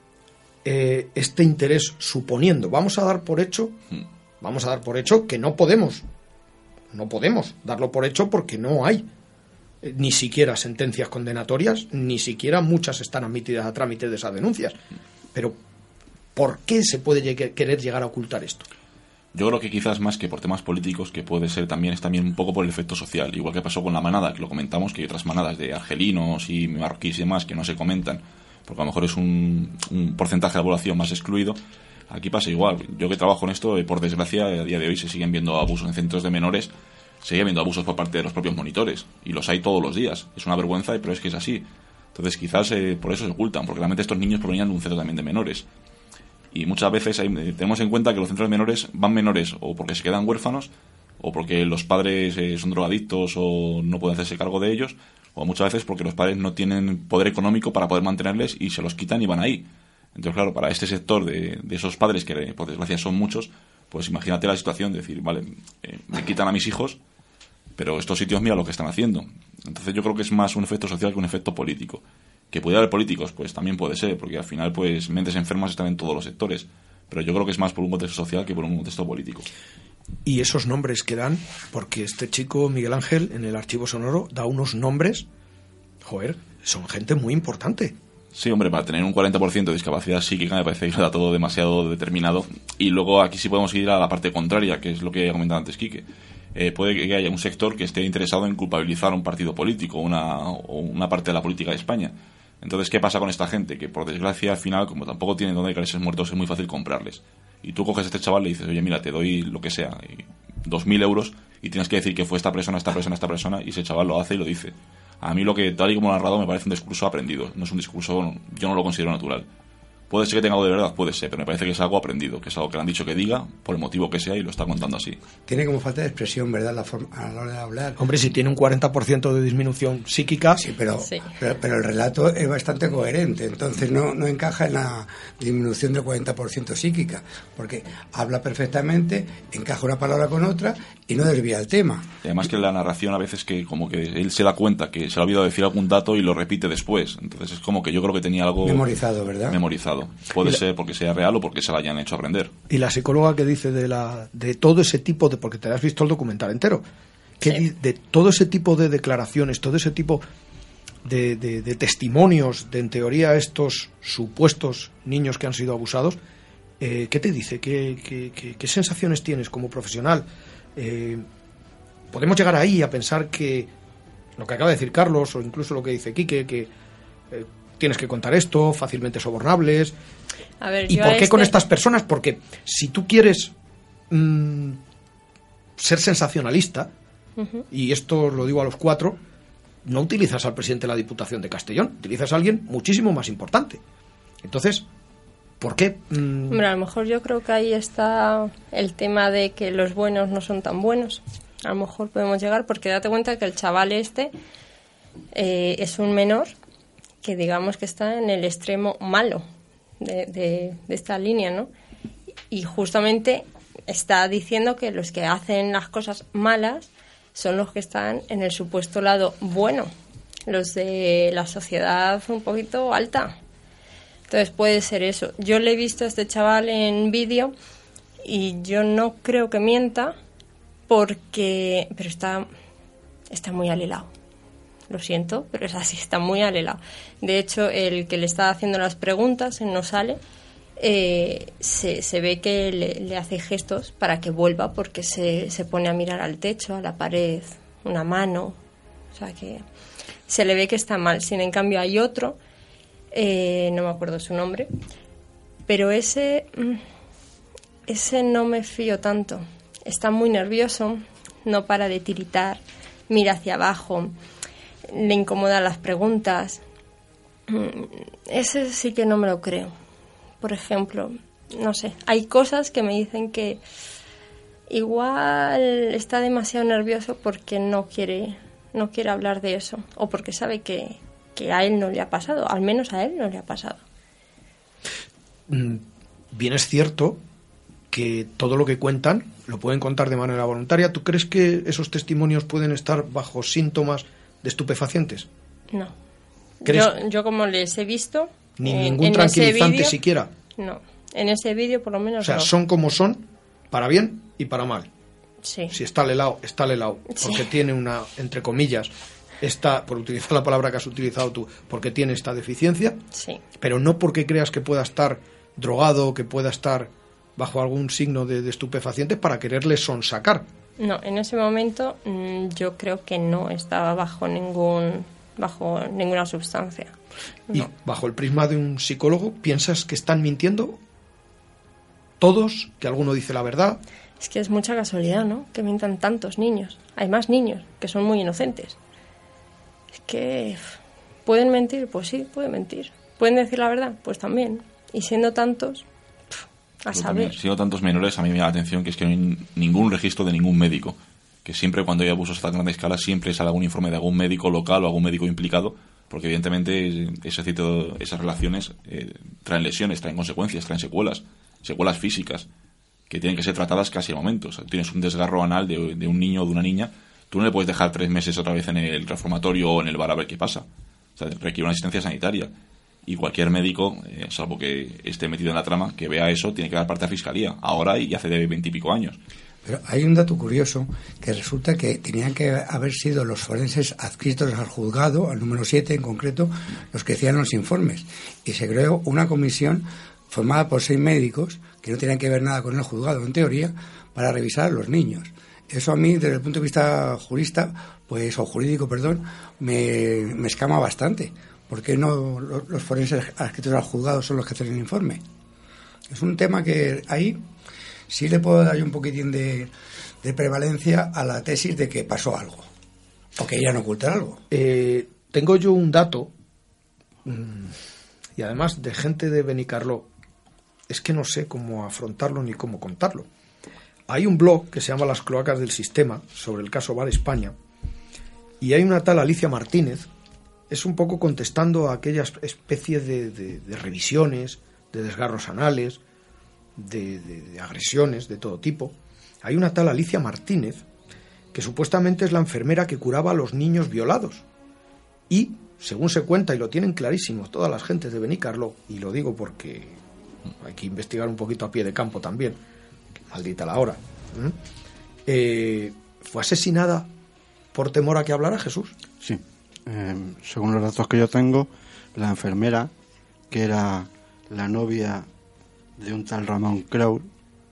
eh, este interés suponiendo? Vamos a dar por hecho, vamos a dar por hecho que no podemos, no podemos darlo por hecho porque no hay eh, ni siquiera sentencias condenatorias, ni siquiera muchas están admitidas a trámite de esas denuncias. Pero, ¿por qué se puede lleg- querer llegar a ocultar esto? Yo creo que quizás más que por temas políticos, que puede ser también, es también un poco por el efecto social. Igual que pasó con la manada, que lo comentamos, que hay otras manadas de argelinos y marroquíes y demás que no se comentan, porque a lo mejor es un, un porcentaje de la población más excluido. Aquí pasa igual. Yo que trabajo en esto, por desgracia, a día de hoy se siguen viendo abusos en centros de menores, se sigue viendo abusos por parte de los propios monitores, y los hay todos los días. Es una vergüenza, pero es que es así. Entonces quizás eh, por eso se ocultan, porque realmente estos niños provenían de un centro también de menores. Y muchas veces hay, tenemos en cuenta que los centros de menores van menores o porque se quedan huérfanos o porque los padres eh, son drogadictos o no pueden hacerse cargo de ellos, o muchas veces porque los padres no tienen poder económico para poder mantenerles y se los quitan y van ahí. Entonces, claro, para este sector de, de esos padres, que por desgracia son muchos, pues imagínate la situación de decir, vale, eh, me quitan a mis hijos, pero estos sitios mira lo que están haciendo. Entonces yo creo que es más un efecto social que un efecto político. Que puede haber políticos, pues también puede ser, porque al final pues mentes enfermas están en todos los sectores, pero yo creo que es más por un contexto social que por un contexto político. Y esos nombres que dan, porque este chico Miguel Ángel en el archivo sonoro da unos nombres, joder, son gente muy importante. Sí, hombre, para tener un cuarenta por ciento de discapacidad psíquica me parece que da todo demasiado determinado. Y luego aquí sí podemos ir a la parte contraria, que es lo que ha comentado antes Quique. eh, puede que haya un sector que esté interesado en culpabilizar a un partido político una, o una parte de la política de España. Entonces, ¿qué pasa con esta gente? Que por desgracia, al final, como tampoco tienen dónde caerse muertos, es muy fácil comprarles. Y tú coges a este chaval y le dices, oye, mira, te doy lo que sea, dos mil euros, y tienes que decir que fue esta persona, esta persona, esta persona, y ese chaval lo hace y lo dice. A mí lo que, tal y como lo ha narrado, me parece un discurso aprendido. No es un discurso, yo no lo considero natural. Puede ser que tenga algo de verdad, puede ser, pero me parece que es algo aprendido, que es algo que le han dicho que diga, por el motivo que sea, y lo está contando así. Tiene como falta de expresión, ¿verdad?, la forma, a la hora de hablar. Hombre, si tiene un cuarenta por ciento de disminución psíquica... Sí, pero, sí. pero, pero el relato es bastante coherente, entonces no, no encaja en la disminución del cuarenta por ciento psíquica, porque habla perfectamente, encaja una palabra con otra y no desvía el tema. Y además que la narración a veces que como que él se da cuenta que se le ha olvidado decir algún dato y lo repite después. Entonces es como que yo creo que tenía algo... Memorizado, ¿verdad? Memorizado. Puede ser porque sea real o porque se la hayan hecho aprender. Y la psicóloga que dice de la de todo ese tipo de... porque te has visto el documental entero. Que Sí. De todo ese tipo de declaraciones, todo ese tipo de, de, de testimonios de, en teoría, estos supuestos niños que han sido abusados, eh, ¿qué te dice? ¿Qué, qué, qué, qué sensaciones tienes como profesional? Eh, podemos llegar ahí a pensar que lo que acaba de decir Carlos, o incluso lo que dice Quique, que eh, tienes que contar esto, fácilmente sobornables. A ver, ¿Y yo por a qué este... con estas personas? Porque si tú quieres mmm, ser sensacionalista, uh-huh. y esto lo digo a los cuatro, no utilizas al presidente de la Diputación de Castellón, utilizas a alguien muchísimo más importante. Entonces, ¿por qué? Mm... Hombre, a lo mejor yo creo que ahí está el tema de que los buenos no son tan buenos. A lo mejor podemos llegar, porque date cuenta que el chaval este eh, es un menor que digamos que está en el extremo malo de, de, de esta línea, ¿no? Y justamente está diciendo que los que hacen las cosas malas son los que están en el supuesto lado bueno, los de la sociedad un poquito alta. Entonces puede ser eso. Yo le he visto a este chaval en vídeo y yo no creo que mienta, porque pero está está muy alelado. Lo siento, pero es así, está muy alelado. De hecho, el que le está haciendo las preguntas, él no sale, eh, se, se ve que le, le hace gestos para que vuelva, porque se, se pone a mirar al techo, a la pared, una mano. O sea que se le ve que está mal. Sin en cambio hay otro, eh, no me acuerdo su nombre, pero ese, ese no me fío tanto. Está muy nervioso, no para de tiritar, mira hacia abajo, le incomodan las preguntas. Ese sí que no me lo creo. Por ejemplo, no sé, hay cosas que me dicen que igual está demasiado nervioso porque no quiere, no quiere hablar de eso, o porque sabe que, que a él no le ha pasado, al menos a él no le ha pasado. Bien es cierto que todo lo que cuentan lo pueden contar de manera voluntaria. ¿Tú crees que esos testimonios pueden estar bajo síntomas de estupefacientes? No. ¿Crees? Yo, yo como les he visto... Ni en, ningún en tranquilizante vídeo, siquiera. No, en ese vídeo por lo menos O sea, no. son como son, para bien y para mal. Sí. Si está alelado, está alelado, porque Sí. tiene una, entre comillas, esta, por utilizar la palabra que has utilizado tú, porque tiene esta deficiencia, Sí. pero no porque creas que pueda estar drogado, que pueda estar bajo algún signo de, de estupefacientes para quererle sonsacar. No, en ese momento mmm, yo creo que no estaba bajo ningún bajo ninguna sustancia. No. Y bajo el prisma de un psicólogo, ¿piensas que están mintiendo todos? ¿Que alguno dice la verdad? Es que es mucha casualidad, ¿no? Que mientan tantos niños. Hay más niños que son muy inocentes. Es que... ¿pueden mentir? Pues sí, pueden mentir. ¿Pueden decir la verdad? Pues también. Y siendo tantos, a Yo saber. también, siendo tantos menores, a mí me llama la atención que es que no hay ningún registro de ningún médico. Que siempre cuando hay abusos a tan grande escala siempre sale algún informe de algún médico local o algún médico implicado, porque evidentemente ese cito, esas relaciones eh, traen lesiones, traen consecuencias, traen secuelas, secuelas físicas, que tienen que ser tratadas casi al momento. O sea, tienes un desgarro anal de, de un niño o de una niña, tú no le puedes dejar tres meses otra vez en el reformatorio o en el bar a ver qué pasa. O sea, requiere una asistencia sanitaria. Y cualquier médico, eh, salvo que esté metido en la trama, que vea eso, tiene que dar parte a fiscalía. Ahora y hace de veintipico años. Pero hay un dato curioso, que resulta que tenían que haber sido los forenses adscritos al juzgado, al número siete en concreto, los que hacían los informes. Y se creó una comisión formada por seis médicos, que no tenían que ver nada con el juzgado, en teoría, para revisar a los niños. Eso a mí, desde el punto de vista jurista, pues o jurídico, perdón, me, me escama bastante. ¿Por qué no los, los forenses adscritos al juzgado son los que hacen el informe? Es un tema que ahí sí le puedo dar un poquitín de, de prevalencia a la tesis de que pasó algo, o que querían ocultar algo. Eh, tengo yo un dato, mmm, y además de gente de Benicarló, es que no sé cómo afrontarlo ni cómo contarlo. Hay un blog que se llama Las Cloacas del Sistema, sobre el caso Bar España, y hay una tal Alicia Martínez, es un poco contestando a aquellas especies de, de, de revisiones, de desgarros anales, de, de, de agresiones de todo tipo. Hay una tal Alicia Martínez, que supuestamente es la enfermera que curaba a los niños violados. Y, según se cuenta, y lo tienen clarísimo todas las gentes de Benicarló, y lo digo porque hay que investigar un poquito a pie de campo también, maldita la hora, ¿eh? Eh, ¿fue asesinada por temor a que hablara Jesús? Sí. Eh, según los datos que yo tengo, la enfermera, que era la novia de un tal Ramón Kraul,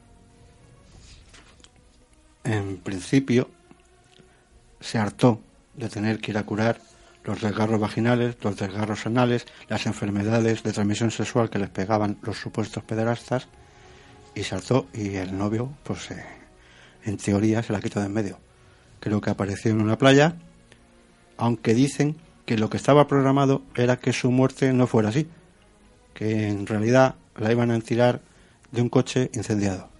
en principio se hartó de tener que ir a curar los desgarros vaginales, los desgarros anales, las enfermedades de transmisión sexual que les pegaban los supuestos pederastas, y se hartó, y el novio, pues eh, en teoría se la quitó de en medio. Creo que apareció en una playa, aunque dicen que lo que estaba programado era que su muerte no fuera así, que en realidad la iban a tirar de un coche incendiado.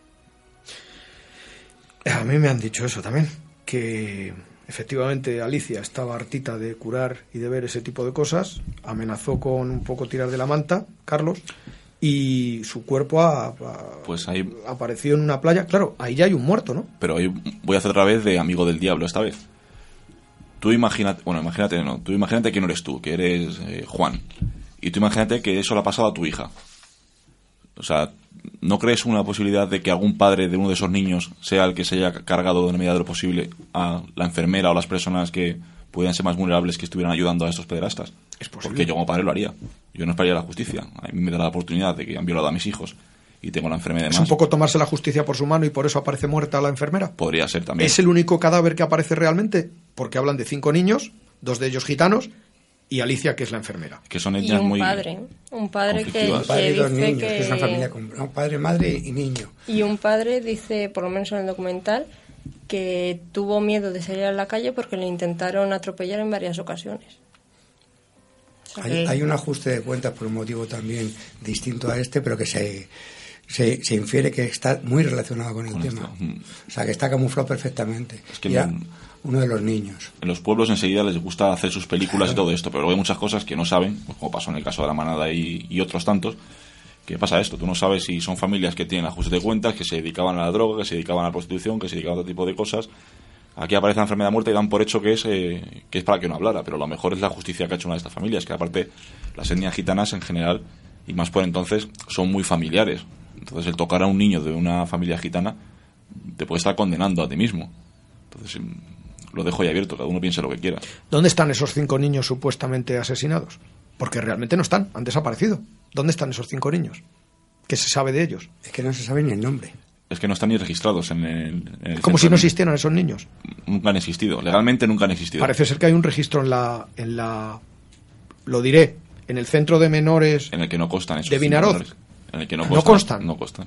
A mí me han dicho eso también, que efectivamente Alicia estaba hartita de curar y de ver ese tipo de cosas, amenazó con un poco tirar de la manta, Carlos, y su cuerpo ha, ha pues ahí apareció en una playa. Claro, ahí ya hay un muerto, ¿no? Pero ahí voy a hacer otra vez de amigo del diablo esta vez. Tú imagínate, bueno, imagínate no, tú imagínate que no eres tú, que eres eh, Juan, y tú imagínate que eso le ha pasado a tu hija. O sea, ¿no crees una posibilidad de que algún padre de uno de esos niños sea el que se haya cargado de la medida de lo posible a la enfermera o las personas que pudieran ser más vulnerables que estuvieran ayudando a estos pederastas? Es posible. Porque yo como padre lo haría. Yo no esperaría la justicia. A mí me da la oportunidad de que han violado a mis hijos y tengo la enfermedad de ¿Es un poco tomarse la justicia por su mano y por eso aparece muerta la enfermera? Podría ser también. ¿Es el único cadáver que aparece realmente? Porque hablan de cinco niños, dos de ellos gitanos, y Alicia, que es la enfermera. Que son y etnias un muy padre, un padre que, conflictivas. Un padre y que dos dice niños, que... que es una familia con no, padre, madre y niño. Y un padre dice, por lo menos en el documental, que tuvo miedo de salir a la calle porque le intentaron atropellar en varias ocasiones. O sea Hay, que... hay un ajuste de cuentas por un motivo también distinto a este, pero que se, se, se infiere que está muy relacionado con el Con tema. esto. Mm. O sea, que está camuflado perfectamente. Es que y era no- uno de los niños. En los pueblos enseguida les gusta hacer sus películas y todo esto, pero luego hay muchas cosas que no saben, pues como pasó en el caso de La Manada y, y otros tantos, que pasa esto. Tú no sabes si son familias que tienen ajustes de cuentas, que se dedicaban a la droga, que se dedicaban a la prostitución, que se dedicaban a otro tipo de cosas. Aquí aparece la enfermedad muerta y dan por hecho que es eh, que es para que no hablara, pero lo mejor es la justicia que ha hecho una de estas familias, que aparte las etnias gitanas en general, y más por entonces, son muy familiares. Entonces el tocar a un niño de una familia gitana te puede estar condenando a ti mismo. Entonces lo dejo ahí abierto, cada uno piense lo que quiera. ¿Dónde están esos cinco niños supuestamente asesinados? Porque realmente no están, han desaparecido. ¿Dónde están esos cinco niños? ¿Qué se sabe de ellos? Es que no se sabe ni el nombre. Es que no están ni registrados en el, en el Como centro. si no existieran esos niños. Nunca han existido, legalmente nunca han existido. Parece ser que hay un registro en la, en la, lo diré, en el centro de menores En el que no constan esos de cinco Vinaroz. menores. En el que no No constan. constan. No constan.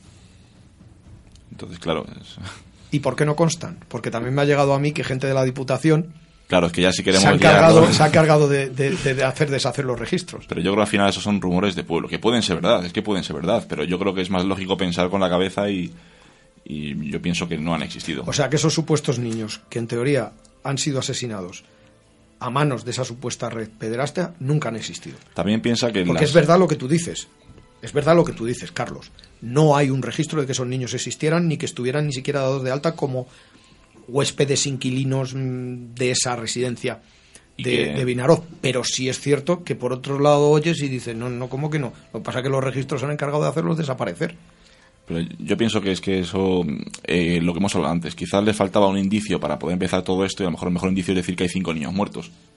Entonces, claro, es... ¿Y por qué no constan? Porque también me ha llegado a mí que gente de la Diputación claro, es que ya si queremos se ha liarlo- encargado, se ha encargado de, de, de hacer deshacer los registros. Pero yo creo que al final esos son rumores de pueblo, que pueden ser verdad, es que pueden ser verdad, pero yo creo que es más lógico pensar con la cabeza y, y yo pienso que no han existido. O sea que esos supuestos niños, que en teoría han sido asesinados a manos de esa supuesta red pederasta, nunca han existido. También piensa que... Porque las- es verdad lo que tú dices. Es verdad lo que tú dices, Carlos. No hay un registro de que esos niños existieran ni que estuvieran ni siquiera dados de alta como huéspedes inquilinos mm, de esa residencia Y de, que- de Vinaroz. Pero sí es cierto que por otro lado oyes y dices, no, no, ¿cómo que no? Lo que pasa es que los registros se han encargado de hacerlos desaparecer. Pero yo pienso que es que eso, eh, lo que hemos hablado antes, quizás le faltaba un indicio para poder empezar todo esto y a lo mejor el mejor indicio es decir que hay cinco niños muertos.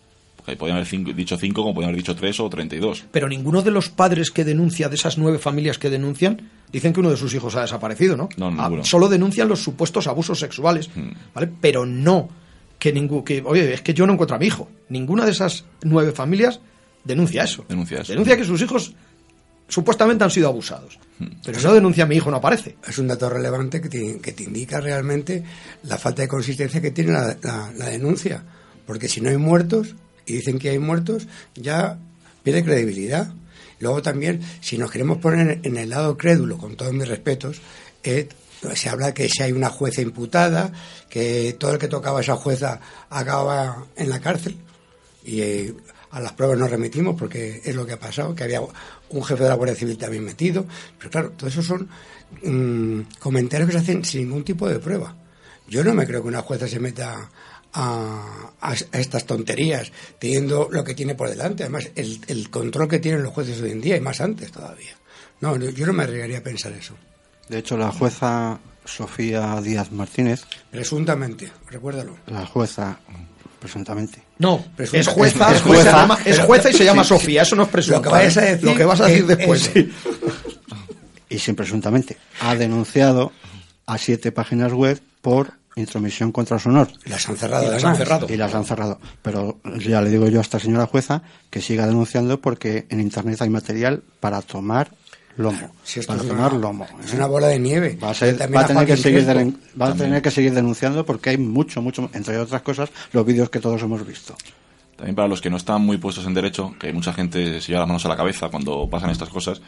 Que podían haber cinco, dicho cinco, como podían haber dicho tres o treinta y dos. Pero ninguno de los padres que denuncia, de esas nueve familias que denuncian, dicen que uno de sus hijos ha desaparecido, ¿no? No, ninguno. Ah, solo denuncian los supuestos abusos sexuales, hmm. ¿vale? Pero no que ningún... que oye, es que yo no encuentro a mi hijo. Ninguna de esas nueve familias denuncia eso. Denuncia eso. Denuncia que sus hijos supuestamente han sido abusados. Hmm. Pero no denuncia a mi hijo, no aparece. Es un dato relevante que te, que te indica realmente la falta de consistencia que tiene la, la, la denuncia. Porque si no hay muertos, y dicen que hay muertos, ya pierde credibilidad. Luego también, si nos queremos poner en el lado crédulo, con todos mis respetos, eh, se habla que si hay una jueza imputada, que todo el que tocaba a esa jueza acababa en la cárcel, y eh, a las pruebas nos remitimos porque es lo que ha pasado, que había un jefe de la Guardia Civil también metido, pero claro, todo eso son mmm, comentarios que se hacen sin ningún tipo de prueba. Yo no me creo que una jueza se meta a, a, a estas tonterías, teniendo lo que tiene por delante, además el, el control que tienen los jueces hoy en día, y más antes todavía. No, yo no me arriesgaría a pensar eso. De hecho, la jueza Sofía Díaz Martínez... Presuntamente, recuérdalo. La jueza, presuntamente. No, Presunta, es jueza, es, es jueza, jueza, llama, es jueza y se llama sí, Sofía, eso no es presunta. Lo que vayas a decir, lo que vas a decir es, después. Sí. Y sin presuntamente. Ha denunciado a siete páginas web por intromisión contra su honor. Y las han cerrado. Y las han cerrado. Y las han cerrado. Pero ya le digo yo a esta señora jueza que siga denunciando porque en Internet hay material para tomar lomo. Si para es tomar una, lomo. Es una bola de nieve. Va a, ser, va a, tener, que seguir, den, va a tener que seguir denunciando porque hay mucho, mucho, entre otras cosas, los vídeos que todos hemos visto. También para los que no están muy puestos en derecho, que mucha gente se lleva las manos a la cabeza cuando pasan estas cosas,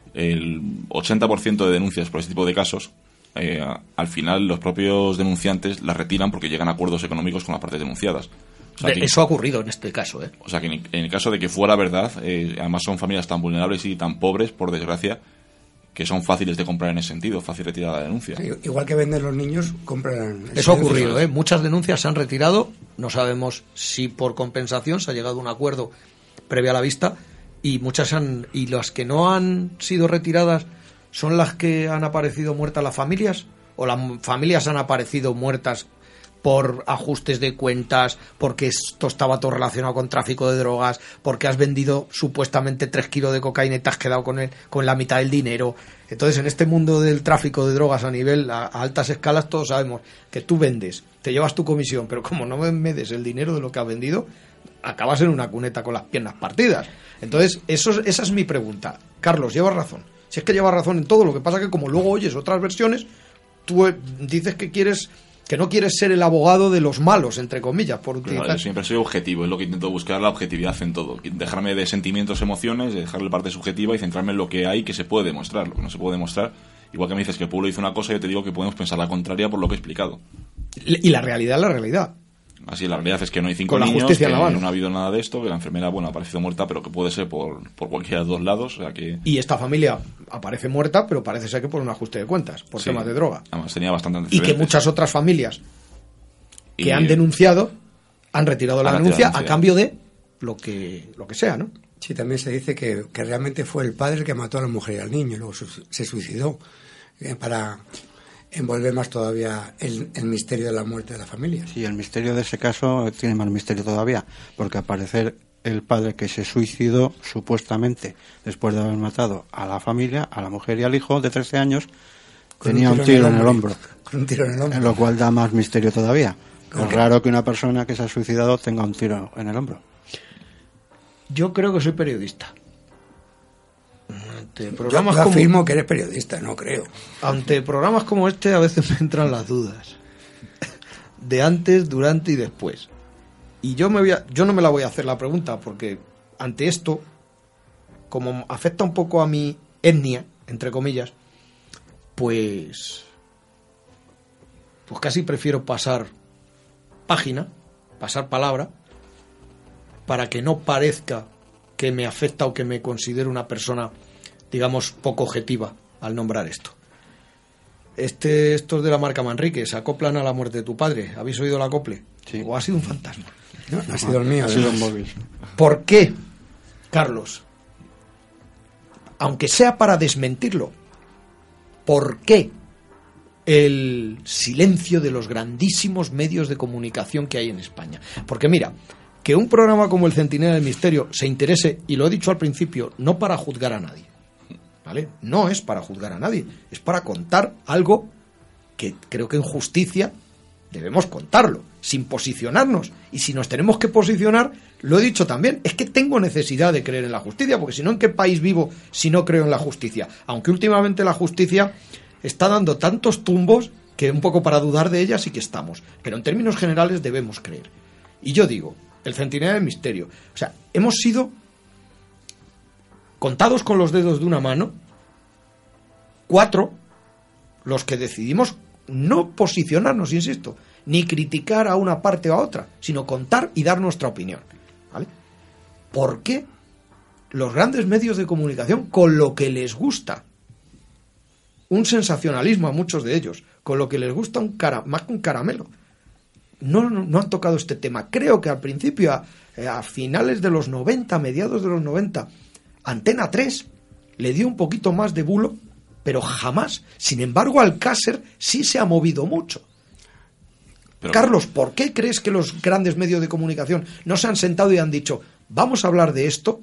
el ochenta por ciento de denuncias por este tipo de casos, eh, al final los propios denunciantes las retiran porque llegan a acuerdos económicos con las partes denunciadas. O sea, que, eso ha ocurrido en este caso, ¿eh? O sea que en, en el caso de que fuera verdad, eh, además son familias tan vulnerables y tan pobres, por desgracia, que son fáciles de comprar en ese sentido, fácil retirar la denuncia. Sí, igual que venden los niños, compran... Eso ha ocurrido, ¿eh? Muchas denuncias se han retirado, no sabemos si por compensación se ha llegado a un acuerdo previo a la vista, y muchas han... y las que no han sido retiradas son las que han aparecido muertas las familias, o las familias han aparecido muertas por ajustes de cuentas, porque esto estaba todo relacionado con tráfico de drogas, porque has vendido supuestamente tres kilos de cocaína y te has quedado con, el, con la mitad del dinero. Entonces, en este mundo del tráfico de drogas a nivel, a, a altas escalas, todos sabemos que tú vendes, te llevas tu comisión, pero como no me des el dinero de lo que has vendido, acabas en una cuneta con las piernas partidas. Entonces, eso, esa es mi pregunta. Carlos, llevas razón. Si es que llevas razón en todo, lo que pasa que como luego oyes otras versiones, tú dices que quieres... que no quieres ser el abogado de los malos, entre comillas, por utilizar... Claro, siempre soy objetivo, es lo que intento buscar, la objetividad en todo. Dejarme de sentimientos, emociones, dejarle parte subjetiva y centrarme en lo que hay que se puede demostrar. Lo que no se puede demostrar, igual que me dices que el pueblo hizo una cosa, yo te digo que podemos pensar la contraria por lo que he explicado. Y la realidad es la realidad. Así, la realidad es que no hay cinco Con la niños, justicia que en la mano. no ha habido nada de esto, que la enfermera, bueno, ha aparecido muerta, pero que puede ser por, por cualquiera de los dos lados, o sea que... Y esta familia aparece muerta, pero parece ser que por un ajuste de cuentas, por sí, temas de droga. Además, tenía bastante Y antecedentes. que muchas otras familias que Y- han denunciado han retirado la Han denuncia retirado la a denuncia. cambio de lo que lo que sea, ¿no? Sí, también se dice que, que realmente fue el padre el que mató a la mujer y al niño, y luego su- se suicidó, eh, para envolver más todavía el, el misterio de la muerte de la familia. Sí, el misterio de ese caso tiene más misterio todavía, porque al parecer el padre que se suicidó supuestamente después de haber matado a la familia, a la mujer y al hijo de trece años, Con tenía un tiro en el hombro, Con un tiro en el hombro. en lo cual da más misterio todavía. ¿Cómo Es que? raro que una persona que se ha suicidado tenga un tiro en el hombro. Yo creo que soy periodista. Ante Yo, programas, yo como, afirmo que eres periodista, no creo. ante programas como este a veces me entran las dudas. De antes, durante y después. Y yo, me voy a, yo no me la voy a hacer la pregunta porque ante esto, como afecta un poco a mi etnia, entre comillas, pues... pues casi prefiero pasar página, pasar palabra, para que no parezca que me afecta o que me considero una persona, digamos, poco objetiva al nombrar esto. Este, estos de la marca Manrique se acoplan a la muerte de tu padre. ¿Habéis oído el acople? Sí. ¿O ha sido un fantasma? No, no ha sido el mío. Ha sido un además. móvil. ¿Por qué, Carlos? Aunque sea para desmentirlo, ¿por qué el silencio de los grandísimos medios de comunicación que hay en España? Porque mira, que un programa como El Centinela del Misterio se interese, y lo he dicho al principio, no para juzgar a nadie, ¿vale? No es para juzgar a nadie, es para contar algo que creo que en justicia debemos contarlo, sin posicionarnos. Y si nos tenemos que posicionar, lo he dicho también, es que tengo necesidad de creer en la justicia, porque si no, ¿en qué país vivo si no creo en la justicia? Aunque últimamente la justicia está dando tantos tumbos que un poco para dudar de ella sí que estamos. Pero en términos generales debemos creer. Y yo digo, El Centinela del Misterio. O sea, hemos sido contados con los dedos de una mano, cuatro, los que decidimos no posicionarnos, insisto, ni criticar a una parte o a otra, sino contar y dar nuestra opinión, ¿vale? ¿Por qué los grandes medios de comunicación, con lo que les gusta un sensacionalismo a muchos de ellos, con lo que les gusta un cara, más que un caramelo, no, no, no han tocado este tema? Creo que al principio, a, a finales de los noventa, mediados de los noventa, Antena tres le dio un poquito más de bulo, pero jamás. Sin embargo, Alcácer sí se ha movido mucho. Pero... Carlos, ¿por qué crees que los grandes medios de comunicación no se han sentado y han dicho, vamos a hablar de esto,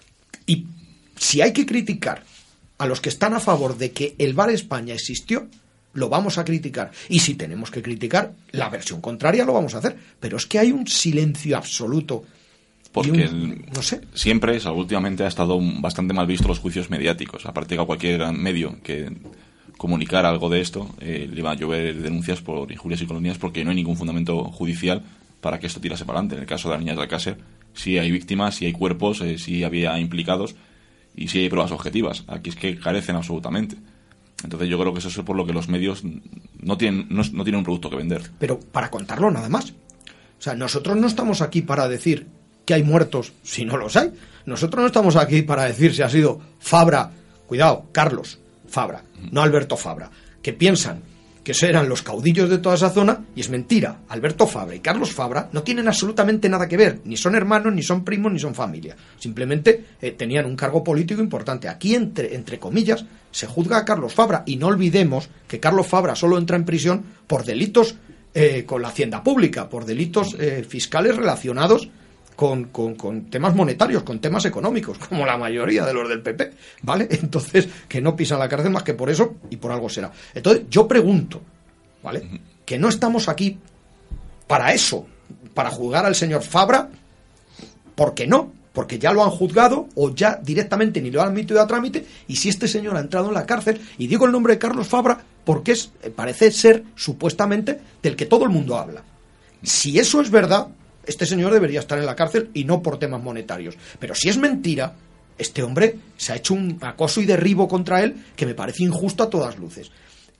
y si hay que criticar a los que están a favor de que el Bar España existió, lo vamos a criticar, y si tenemos que criticar la versión contraria, lo vamos a hacer? Pero es que hay un silencio absoluto. Porque un, el, no sé. siempre, o sea, últimamente ha estado bastante mal visto los juicios mediáticos. Aparte de cualquier medio que comunicara algo de esto, eh, le iba a llover denuncias por injurias y calumnias, porque no hay ningún fundamento judicial para que esto tirase para adelante. En el caso de las niñas de Alcácer, sí hay víctimas, sí hay cuerpos, eh, sí había implicados y sí hay pruebas objetivas. Aquí es que carecen absolutamente. Entonces yo creo que eso es por lo que los medios no tienen, no, no tienen un producto que vender. Pero para contarlo nada más. O sea, nosotros no estamos aquí para decir que hay muertos si no los hay. Nosotros no estamos aquí para decir si ha sido Fabra, cuidado, Carlos Fabra, no Alberto Fabra, que piensan que eran los caudillos de toda esa zona, y es mentira. Alberto Fabra y Carlos Fabra no tienen absolutamente nada que ver, ni son hermanos, ni son primos, ni son familia. Simplemente eh, tenían un cargo político importante. Aquí, entre, entre comillas, se juzga a Carlos Fabra, y no olvidemos que Carlos Fabra solo entra en prisión por delitos eh, con la hacienda pública, por delitos eh, fiscales relacionados Con, con, con temas monetarios, con temas económicos, como la mayoría de los del P P, ¿vale? Entonces, que no pisan la cárcel más que por eso, y por algo será. Entonces, yo pregunto, ¿vale? Que no estamos aquí para eso, para juzgar al señor Fabra, ¿por qué no? Porque ya lo han juzgado, o ya directamente ni lo han admitido a trámite, y si este señor ha entrado en la cárcel, y digo el nombre de Carlos Fabra porque es, parece ser, supuestamente, del que todo el mundo habla. Si eso es verdad, este señor debería estar en la cárcel, y no por temas monetarios. Pero si es mentira, este hombre se ha hecho un acoso y derribo contra él que me parece injusto a todas luces.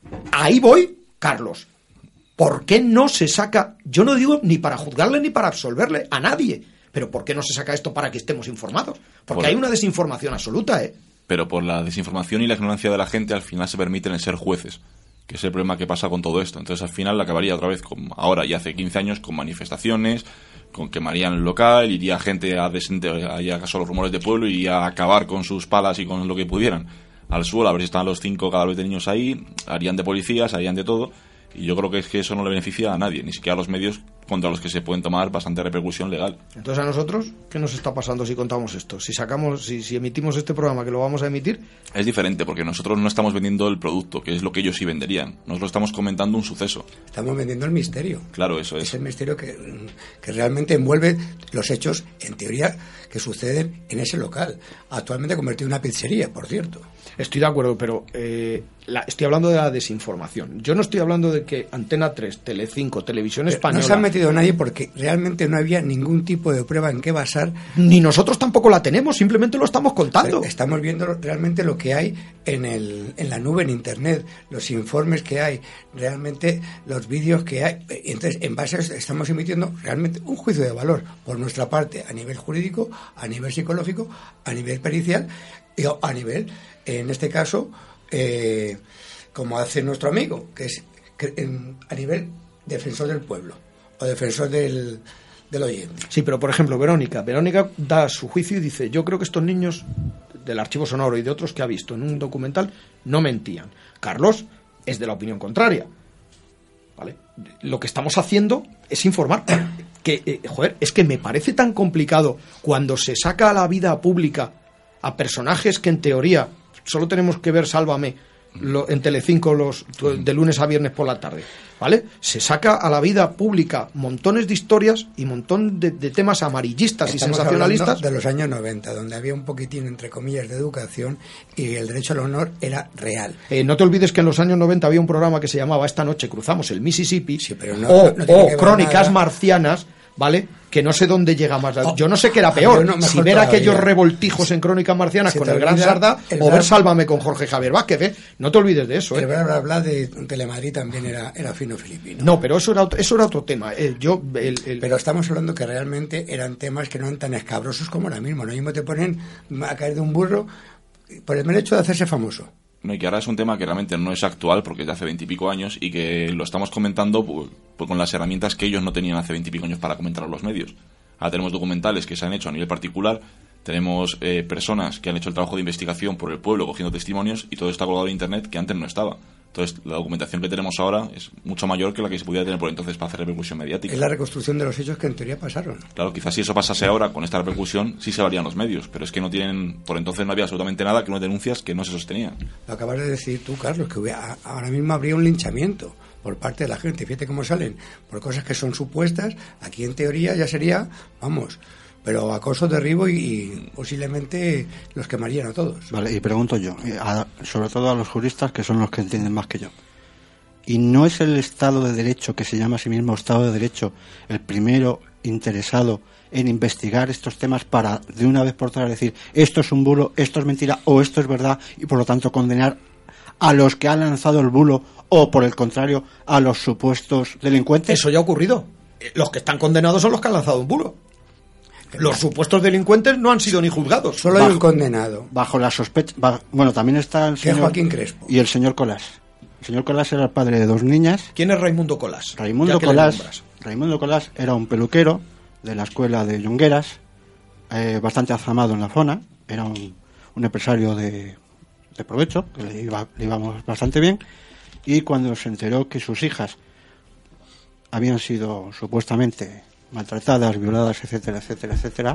Ahí voy, Carlos. ¿Por qué no se saca? Yo no digo ni para juzgarle ni para absolverle a nadie, pero ¿por qué no se saca esto para que estemos informados? Porque por... hay una desinformación absoluta, ¿eh? Pero por la desinformación y la ignorancia de la gente, al final se permiten el ser jueces, que es el problema que pasa con todo esto. Entonces, al final, acabaría otra vez, como ahora y hace quince años, con manifestaciones, con quemarían el local, iría gente a haría caso a los rumores de pueblo, iría a acabar con sus palas y con lo que pudieran al suelo, a ver si estaban los cinco cadáveres de niños ahí, harían de policías, harían de todo, y yo creo que es que eso no le beneficia a nadie, ni siquiera a los medios contra los que se pueden tomar bastante repercusión legal. Entonces, a nosotros, ¿qué nos está pasando si contamos esto? Si sacamos, si, si emitimos este programa, que lo vamos a emitir... Es diferente, porque nosotros no estamos vendiendo el producto, que es lo que ellos sí venderían. Nosotros estamos comentando un suceso. Estamos vendiendo el misterio. Claro, eso es. Es el misterio que, que realmente envuelve los hechos, en teoría, que suceden en ese local. Actualmente convertido en una pizzería, por cierto. Estoy de acuerdo, pero eh, la, estoy hablando de la desinformación. Yo no estoy hablando de que Antena tres, Telecinco, Televisión pero Española... No se ha metido nadie porque realmente no había ningún tipo de prueba en qué basar. Ni nosotros tampoco la tenemos, simplemente lo estamos contando. Estamos viendo realmente lo que hay en, el, en la nube, en Internet, los informes que hay, realmente los vídeos que hay. Entonces, en base a eso, estamos emitiendo realmente un juicio de valor por nuestra parte, a nivel jurídico, a nivel psicológico, a nivel pericial y a nivel... En este caso, eh, como hace nuestro amigo, que es que en, a nivel defensor del pueblo o defensor del, del oyente. Sí, pero por ejemplo, Verónica. Verónica da su juicio y dice, yo creo que estos niños del archivo sonoro y de otros que ha visto en un documental no mentían. Carlos es de la opinión contraria. ¿vale? Lo que estamos haciendo es informar. Que, eh, joder, es que me parece tan complicado cuando se saca a la vida pública a personajes que en teoría solo tenemos que ver Sálvame lo, en Telecinco los de lunes a viernes por la tarde, ¿vale? Se saca a la vida pública montones de historias y montón de, de temas amarillistas Estamos y sensacionalistas de los años noventa, donde había un poquitín, entre comillas, de educación y el derecho al honor era real. Eh, no te olvides que en los años noventa había un programa que se llamaba Esta noche cruzamos el Mississippi, sí, pero no, o, no tiene o que ver Crónicas nada. Marcianas, ¿vale? Que no sé dónde llega más. Oh, yo no sé qué era peor, no, si ver todavía. aquellos revoltijos en Crónicas Marcianas Se con te el gran olvida Sardá el o bla- ver Sálvame con Jorge Javier Vázquez, ¿eh? No te olvides de eso, El ¿eh? bla bla bla de Telemadrid también era, era fino filipino. No, pero eso era otro, eso era otro tema. Eh, yo, el, el- Pero estamos hablando que realmente eran temas que no eran tan escabrosos como ahora mismo. Ahora mismo te ponen a caer de un burro por el mero hecho de hacerse famoso. No, y que ahora es un tema que realmente no es actual porque es de hace veintipico años y que lo estamos comentando pues, pues con las herramientas que ellos no tenían hace veintipico años para comentar a los medios. Ahora tenemos documentales que se han hecho a nivel particular, tenemos eh, personas que han hecho el trabajo de investigación por el pueblo cogiendo testimonios y todo está colgado en internet que antes no estaba. Entonces la documentación que tenemos ahora es mucho mayor que la que se pudiera tener por entonces para hacer repercusión mediática. Es la reconstrucción de los hechos que en teoría pasaron. Claro, quizás si eso pasase ahora con esta repercusión sí se varían los medios, pero es que no tienen, por entonces no había absolutamente nada que unas denuncias que no se sostenían. Lo acabas de decir tú, Carlos, que hubiera- ahora mismo habría un linchamiento por parte de la gente. Fíjate cómo salen por cosas que son supuestas. Aquí en teoría ya sería, vamos, pero acoso, derribo y, y posiblemente los quemarían a todos. Vale, y pregunto yo, eh, a- sobre todo a los juristas que son los que entienden más que yo. ¿Y no es el Estado de Derecho, que se llama a sí mismo Estado de Derecho, el primero interesado en investigar estos temas para de una vez por todas decir esto es un bulo, esto es mentira o esto es verdad y por lo tanto condenar a los que han lanzado el bulo o por el contrario a los supuestos delincuentes? eso ya ha ocurrido. Eh, Los que están condenados son los que han lanzado un bulo. Los supuestos delincuentes no han sido ni juzgados. Solo hay Bajo- un condenado, Bajo la sospecha, ba- bueno, también está el que es señor Joaquín Crespo. y el señor Colás. El señor Colás era el padre de dos niñas. ¿Quién es Raimundo Colás? Raimundo Ya que le Colás, nombras. Raimundo Colás era un peluquero de la escuela de Llongueras, eh, bastante afamado en la zona, era un, un empresario de, de provecho, que le, iba, le íbamos bastante bien, y cuando se enteró que sus hijas habían sido supuestamente maltratadas, violadas, etcétera, etcétera, etcétera,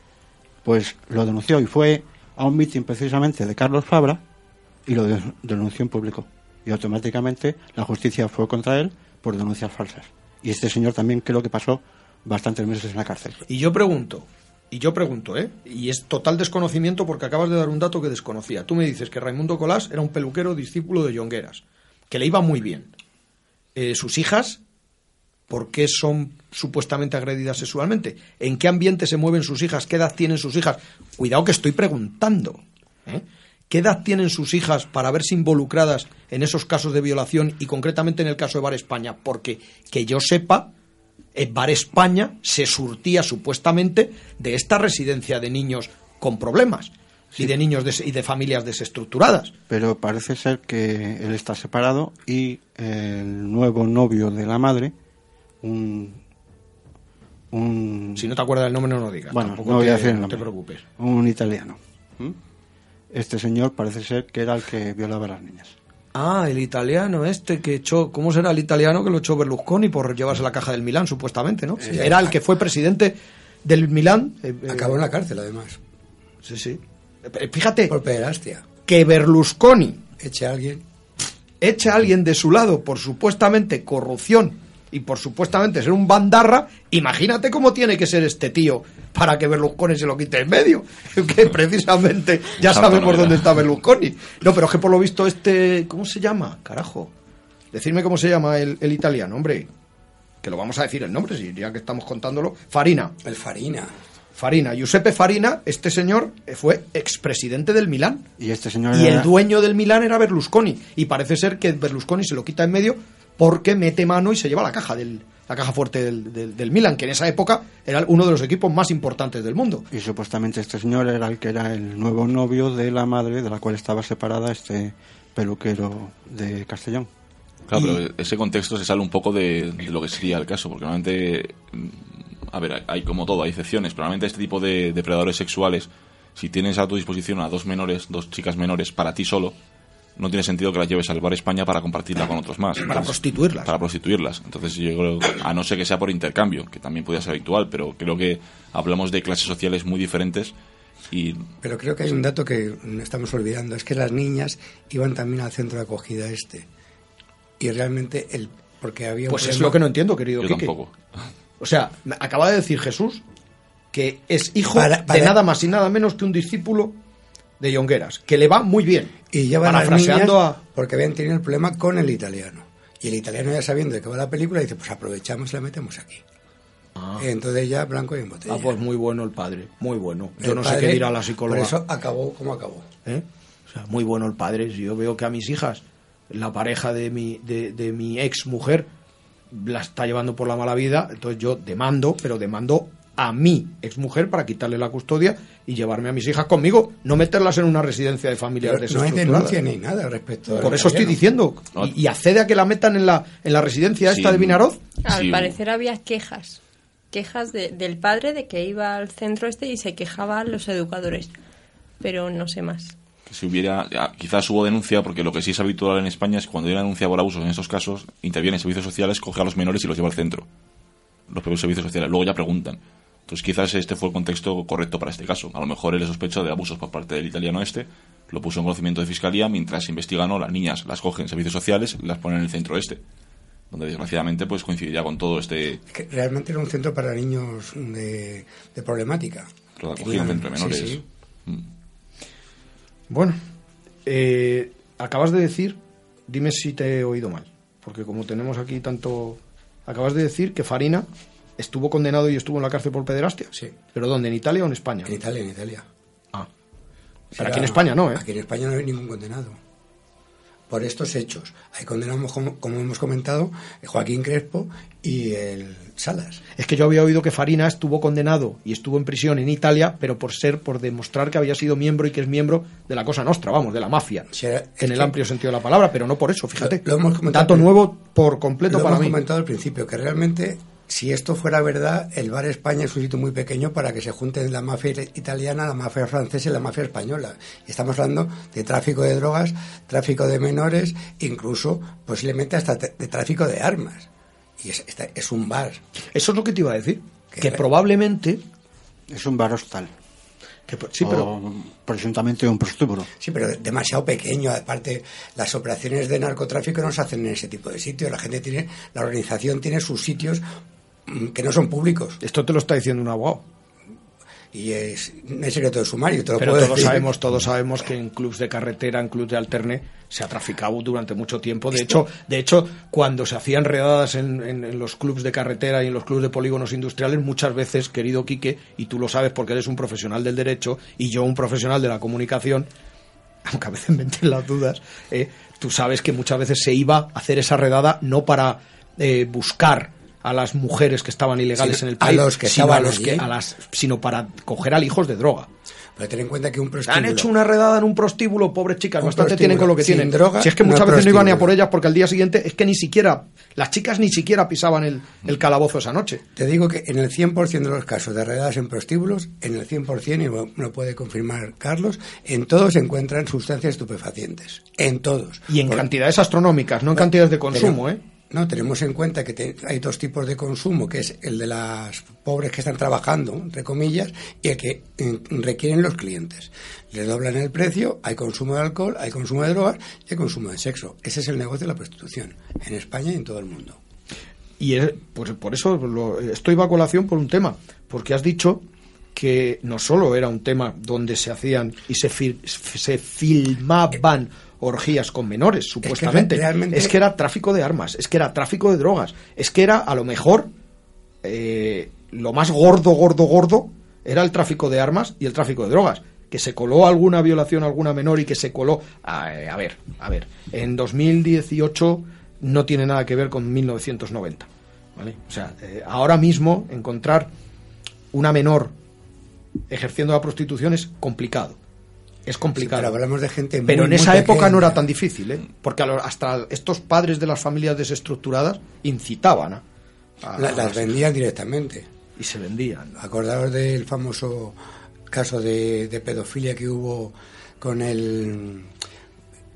pues lo denunció y fue a un mitin precisamente de Carlos Fabra y lo de- denunció en público. Y automáticamente la justicia fue contra él por denuncias falsas. Y este señor también creo que pasó bastantes meses en la cárcel. Y yo pregunto, y yo pregunto, ¿eh? Y es total desconocimiento porque acabas de dar un dato que desconocía. Tú me dices que Raimundo Colás era un peluquero discípulo de Llongueras, que le iba muy bien. Eh, sus hijas, ¿por qué son supuestamente agredidas sexualmente? ¿En qué ambiente se mueven sus hijas? ¿Qué edad tienen sus hijas? Cuidado que estoy preguntando, ¿eh? ¿Qué edad tienen sus hijas para verse involucradas en esos casos de violación y concretamente en el caso de Bar España? Porque, que yo sepa, en Bar España se surtía supuestamente de esta residencia de niños con problemas y de niños des- y de familias desestructuradas. Pero parece ser que él está separado y el nuevo novio de la madre, un... un Si no te acuerdas del nombre, no lo digas. bueno, Tampoco no voy te, a decir el no nombre. te preocupes. Un italiano. ¿Mm? Este señor parece ser que era el que violaba a las niñas. Ah, el italiano este que echó... ¿Cómo será el italiano que lo echó Berlusconi por llevarse la caja del Milán, supuestamente, no? Sí. Era el que fue presidente del Milán. eh, eh, Acabó en la cárcel, además, Sí, sí. Eh, Fíjate por pederastia. que Berlusconi Eche a alguien. echa a alguien de su lado por supuestamente corrupción y por supuestamente ser un bandarra, imagínate cómo tiene que ser este tío para que Berlusconi se lo quite en medio, que precisamente ya Santa sabemos novela. dónde está Berlusconi. No, pero es que por lo visto este... ¿Cómo se llama? Carajo. Decirme cómo se llama el, el italiano, hombre. Que lo vamos a decir el nombre, si ya que estamos contándolo. Farina. El Farina. Farina. Giuseppe Farina, este señor fue expresidente del Milán. Y este señor Y era- el dueño del Milán era Berlusconi. Y parece ser que Berlusconi se lo quita en medio porque mete mano y se lleva la caja del, la caja fuerte del, del, del Milán, que en esa época era uno de los equipos más importantes del mundo. Y supuestamente este señor era el que era el nuevo novio de la madre de la cual estaba separada este peluquero de Castellón. Claro, Y- pero ese contexto se sale un poco de, de lo que sería el caso, porque normalmente, mm, a ver, hay como todo, hay excepciones, pero normalmente este tipo de depredadores sexuales, si tienes a tu disposición a dos menores, dos chicas menores para ti solo, no tiene sentido que las lleves al bar España para compartirla con otros más. Para Entonces, prostituirlas. Para prostituirlas. Entonces yo creo, a no ser que sea por intercambio, que también podría ser habitual, pero creo que hablamos de clases sociales muy diferentes. Y pero creo que hay un dato que estamos olvidando, es que las niñas iban también al centro de acogida este. Y realmente el porque había un Pues problema... es lo que no entiendo, querido yo Quique. tampoco. O sea, acaba de decir Jesús que es hijo Para- para- de nada más y nada menos que un discípulo de Jongueras, que le va muy bien. Y llevan las parafraseando niñas a... porque habían tenido el problema con el italiano. Y el italiano, ya sabiendo de qué va la película, dice, pues aprovechamos y la metemos aquí. Ah. Entonces ya blanco y en botella. Ah, pues muy bueno el padre, muy bueno. Yo El no sé padre, qué dirá la psicóloga. Por eso acabó como acabó. ¿Eh? O sea, muy bueno el padre. Si yo veo que a mis hijas, la pareja de mi, de, de mi ex mujer, la está llevando por la mala vida, entonces yo demando, pero demando a mi ex mujer para quitarle la custodia y llevarme a mis hijas conmigo, no meterlas en una residencia de familias Pero no hay desestructuradas. denuncia ni nada respecto Por al eso estoy italiano. diciendo. Y, y accede a que la metan en la, en la residencia esta Sí. de Vinaroz. Al Sí. parecer había quejas. Quejas de- del padre de que iba al centro este y se quejaban los educadores. Pero no sé más. Si hubiera, ya, quizás hubo denuncia, porque lo que sí es habitual en España es que cuando hay una denuncia por abusos en estos casos, intervienen servicios sociales, coge a los menores y los lleva al centro. Los propios servicios sociales. Luego ya preguntan. Entonces quizás este fue el contexto correcto para este caso. A lo mejor él es sospechoso de abusos por parte del italiano este, lo puso en conocimiento de fiscalía, mientras se investigan, no, las niñas las cogen servicios sociales y las ponen en el centro este, donde desgraciadamente pues coincidiría con todo este... Que realmente era un centro para niños de, de problemática. Lo de acogida, un centro de menores. Sí, sí. Mm. Bueno, eh, acabas de decir, dime si te he oído mal, porque como tenemos aquí tanto... Acabas de decir que Farina estuvo condenado y estuvo en la cárcel por pederastia. Sí. ¿Pero dónde? ¿En Italia o en España? En Italia, en Italia. Ah. Pero Era- aquí en España no, ¿eh? Aquí en España no hay ningún condenado. Por estos hechos. Ahí condenamos, como, como hemos comentado, Joaquín Crespo y el Salas. Es que yo había oído que Farina estuvo condenado y estuvo en prisión en Italia, pero por ser, por demostrar que había sido miembro y que es miembro de la Cosa Nostra, vamos, de la mafia, Si era- es en el que- amplio sentido de la palabra, pero no por eso, fíjate. Lo- lo hemos comentado- Dato nuevo por completo Lo para hemos mí. comentado al principio, que realmente, si esto fuera verdad, el Bar España es un sitio muy pequeño para que se junten la mafia italiana, la mafia francesa y la mafia española. Y estamos hablando de tráfico de drogas, tráfico de menores, incluso posiblemente hasta te- de tráfico de armas. Y es, esta- es un bar. Eso es lo que te iba a decir, Que que re- probablemente... Es un bar hostal. Que, sí, pero... O presuntamente un prostíbulo. Sí, pero demasiado pequeño. Aparte, las operaciones de narcotráfico no se hacen en ese tipo de sitios. La gente tiene, la organización tiene sus sitios mm, que no son públicos. Esto te lo está diciendo un abogado. Y es, no es secreto de sumario, te lo Pero puedo todos decir. sabemos, todos sabemos que en clubs de carretera, en clubs de alterne, se ha traficado durante mucho tiempo. De hecho, de hecho, cuando se hacían redadas en, en- en los clubs de carretera y en los clubs de polígonos industriales, muchas veces, querido Quique, y tú lo sabes porque eres un profesional del derecho y yo un profesional de la comunicación, aunque a veces me entren las dudas, eh, tú sabes que muchas veces se iba a hacer esa redada no para eh, buscar a las mujeres que estaban ilegales Sino en el a país, los que sino, a estaban los que, allí. a las, sino para coger a hijos de droga. Pero ten en cuenta que un Han prostíbulo... hecho una redada en un prostíbulo, pobres chicas, Un bastante prostíbulo tienen con lo que sin tienen. droga, Si es que no muchas es veces no iban ni a prostíbulo. por ellas porque al día siguiente es que ni siquiera, las chicas ni siquiera pisaban el, el calabozo esa noche. Te digo que en el cien por ciento de los casos de redadas en prostíbulos, en el cien por ciento, y lo, lo puede confirmar Carlos, en todos se encuentran sustancias estupefacientes. En todos. Y en Por- cantidades astronómicas, no en cantidades de consumo, Pero- ¿eh? No, tenemos en cuenta que te- hay dos tipos de consumo, que es el de las pobres que están trabajando, entre comillas, y el que eh, requieren los clientes. Les doblan el precio, hay consumo de alcohol, hay consumo de drogas y hay consumo de sexo. Ese es el negocio de la prostitución, en España y en todo el mundo. Y es- pues por eso lo, estoy a colación por un tema, porque has dicho que no solo era un tema donde se hacían y se, fil- se filmaban orgías con menores, supuestamente. re- realmente- Es que era tráfico de armas, es que era tráfico de drogas, es que era a lo mejor eh, lo más gordo, gordo, gordo, era el tráfico de armas y el tráfico de drogas. Que se coló alguna violación a alguna menor y que se coló... A, a ver, a ver, en dos mil dieciocho no tiene nada que ver con mil novecientos noventa. ¿Vale? O sea, eh, ahora mismo encontrar una menor ejerciendo la prostitución es complicado. Es complicado. Sí, pero hablamos de gente muy, Pero en muy esa época pequeña. no era tan difícil, ¿eh? Porque a lo- hasta estos padres de las familias desestructuradas incitaban a, a- La- las vendían directamente. y se vendían. Acordaos del famoso caso de, de pedofilia que hubo con el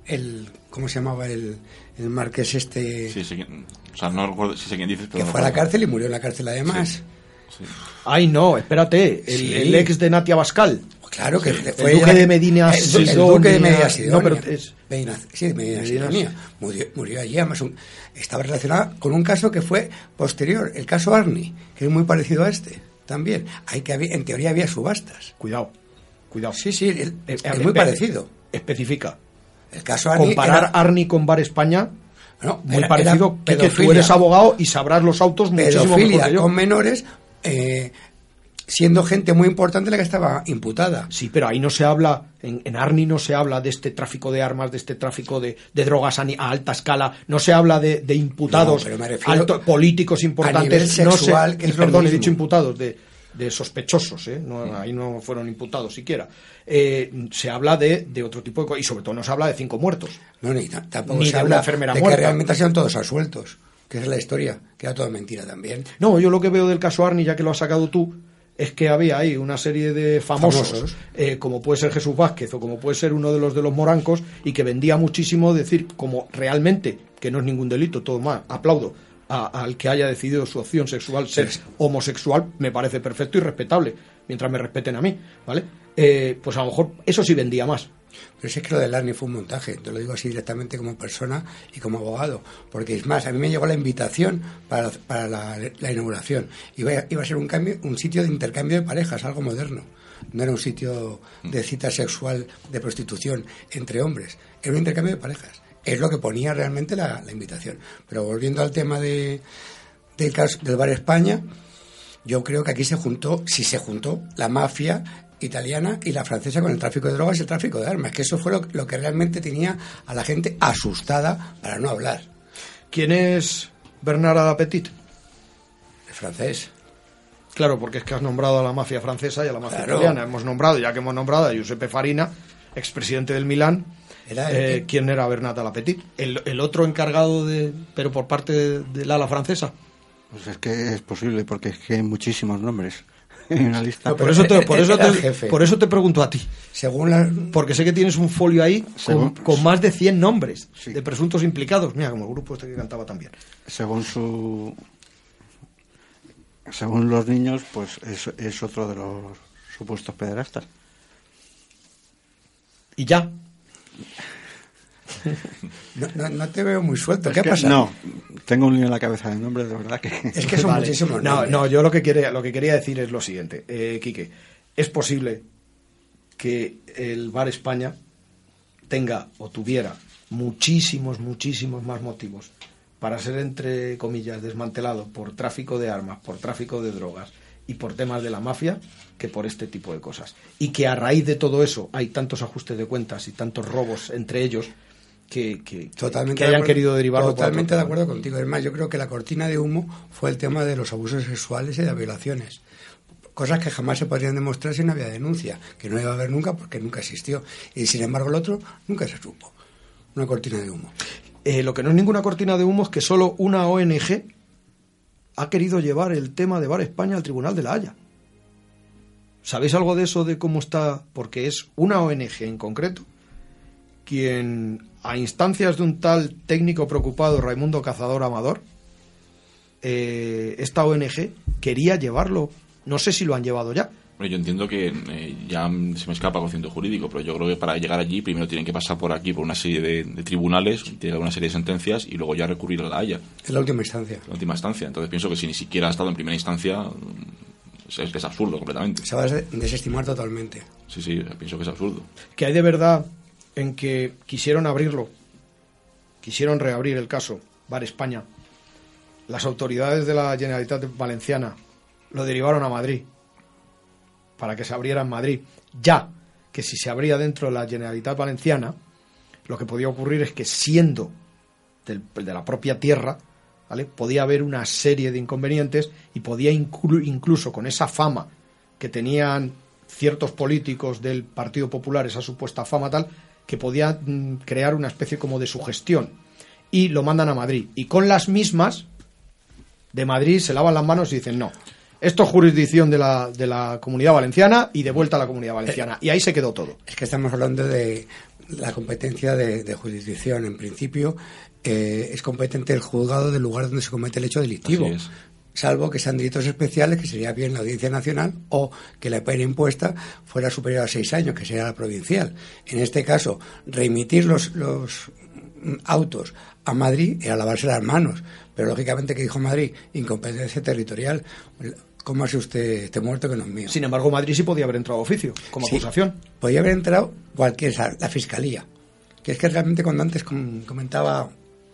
el ¿cómo se llamaba el, el marqués este? Sí, sí, o sea, no recuerdo si sé quién dices, pero que no fue a la recuerdo. cárcel y murió en la cárcel además. Sí, sí. Ay, no, espérate, el, Sí. el ex de Natia Bascal. Claro que Sí. fue El duque ella- de Medina el, du- el Sidonia. duque de Medina Sidonia. No, pero es- Medina- sí, de Medina Medina- Sidonia. Murió, murió allí, además un- estaba relacionada con un caso que fue posterior, el caso Arni, que es muy parecido a este también. Hay que había- en teoría había subastas. Cuidado, cuidado. Sí, sí, el- Eh, es eh, muy espe- parecido. Especifica. El caso Arni Comparar era- Arni con Bar España, no, muy era- parecido. era Que, que tú pedofilia. eres abogado y sabrás los autos muchísimo mejor pedofilia que yo. con menores, eh, siendo gente muy importante la que estaba imputada. Sí, pero ahí no se habla, en, en Arni no se habla de este tráfico de armas, de este tráfico de, de drogas a, ni- a alta escala, no se habla de, de imputados, No, pero me refiero alto- políticos a importantes, nivel no sexual, se, que es lo perdón, he mismo. dicho imputados, de, de sospechosos, ¿eh? No, ahí no fueron imputados siquiera. Eh, se habla de, de otro tipo de cosas, y sobre todo no se habla de cinco muertos. No, ni ta- tampoco Ni se de habla una enfermera de muerta. que realmente sean todos absueltos, que es la historia, que era toda mentira también. No, yo lo que veo del caso Arni, ya que lo has sacado tú, es que había ahí una serie de famosos, Famosos. eh, como puede ser Jesús Vázquez o como puede ser uno de los de los morancos, y que vendía muchísimo decir, como realmente, que no es ningún delito, todo mal, aplaudo a- al que haya decidido su opción sexual ser Sí. homosexual, me parece perfecto y respetable, mientras me respeten a mí, ¿vale? Eh, pues a lo mejor eso sí vendía más. Pero si es que lo del Arni fue un montaje, te lo digo así directamente como persona y como abogado, porque es más, a mí me llegó la invitación para, para la, la inauguración. Iba, a- iba a ser un cambio, un sitio de intercambio de parejas, algo moderno. No era un sitio de cita sexual, de prostitución entre hombres, era un intercambio de parejas. Es lo que ponía realmente la, la invitación. Pero volviendo al tema de, del, caso, del Bar España, yo creo que aquí se juntó, si se juntó, la mafia italiana y la francesa con el tráfico de drogas y el tráfico de armas, que eso fue lo, lo que realmente tenía a la gente asustada, para no hablar. ¿Quién es Bernard Apetit? El francés. Claro, porque es que has nombrado a la mafia francesa y a la mafia Claro. italiana. Hemos nombrado, ya que hemos nombrado a Giuseppe Farina, expresidente del Milán. Era eh, el- ¿Quién era Bernat Apetit? El, el otro encargado de, pero por parte de- del ala francesa. Pues es que es posible, porque es que hay muchísimos nombres en una lista. No, Por pero eso te, era- por eso era el te, jefe. por eso te pregunto a ti. Según la... Porque sé que tienes un folio ahí con, Según- con más de cien nombres Sí. de presuntos implicados. Mira, como el grupo este que cantaba también. Según su según los niños, pues es, es otro de los supuestos pederastas. Y ya. No, no, no te veo muy suelto. Es ¿Qué que pasa? No, tengo un lío en la cabeza de nombres, de verdad que... Es que son Vale. muchísimos No, nombres. no, yo lo que quería, lo que quería decir es lo siguiente, eh, Quique. Es posible que el Bar España tenga o tuviera muchísimos, muchísimos más motivos para ser, entre comillas, desmantelado por tráfico de armas, por tráfico de drogas y por temas de la mafia, que por este tipo de cosas. Y que a raíz de todo eso hay tantos ajustes de cuentas y tantos robos entre ellos que, que, Totalmente que de hayan acuerdo- querido derivarlo por Totalmente otro de lado. acuerdo contigo. Es más, yo creo que la cortina de humo fue el tema de los abusos sexuales y de las violaciones. Cosas que jamás se podrían demostrar si no había denuncia, que no iba a haber nunca porque nunca existió. Y sin embargo el otro nunca se supo. Una cortina de humo. Eh, lo que no es ninguna cortina de humo es que solo una O N G ha querido llevar el tema de Bar España al Tribunal de la Haya. ¿Sabéis algo de eso, de cómo está? Porque es una O N G en concreto quien, a instancias de un tal técnico preocupado, Raimundo Cazador Amador, eh, esta O N G quería llevarlo. No sé si lo han llevado ya. Hombre, yo entiendo que eh, ya se me escapa el conocimiento jurídico, pero yo creo que para llegar allí primero tienen que pasar por aquí, por una serie de, de tribunales, tiene que haber una serie de sentencias y luego ya recurrir a la Haya, Es la última instancia. la última instancia. Entonces pienso que si ni siquiera ha estado en primera instancia, mm, es, es que es absurdo completamente. Se va a desestimar totalmente. Sí, sí, pienso que es absurdo. Que hay de verdad en que quisieron abrirlo, quisieron reabrir el caso Bar España. Las autoridades de la Generalitat Valenciana lo derivaron a Madrid para que se abriera en Madrid, ya que si se abría dentro de la Generalitat Valenciana, lo que podía ocurrir es que siendo del- de la propia tierra, ¿vale?, podía haber una serie de inconvenientes y podía inclu- incluso con esa fama que tenían ciertos políticos del Partido Popular, esa supuesta fama tal, que podía mm, crear una especie como de sugestión, y lo mandan a Madrid, y con las mismas de Madrid se lavan las manos y dicen no, esto es jurisdicción de la, de la Comunidad Valenciana y de vuelta a la Comunidad Valenciana, y ahí se quedó todo. Es que estamos hablando de, la competencia de, de jurisdicción. En principio, eh, es competente el juzgado del lugar donde se comete el hecho delictivo. Así es. Salvo que sean delitos especiales, que sería bien la Audiencia Nacional, o que la pena impuesta fuera superior a seis años, que sería la provincial. En este caso, remitir los, los autos a Madrid era lavarse las manos. Pero lógicamente, que dijo Madrid, incompetencia territorial. ¿Cómo hace usted este muerto que no es mío? Sin embargo, Madrid sí podía haber entrado a oficio, como Sí, acusación. podía haber entrado cualquier, la Fiscalía. Que es que realmente cuando antes com- comentaba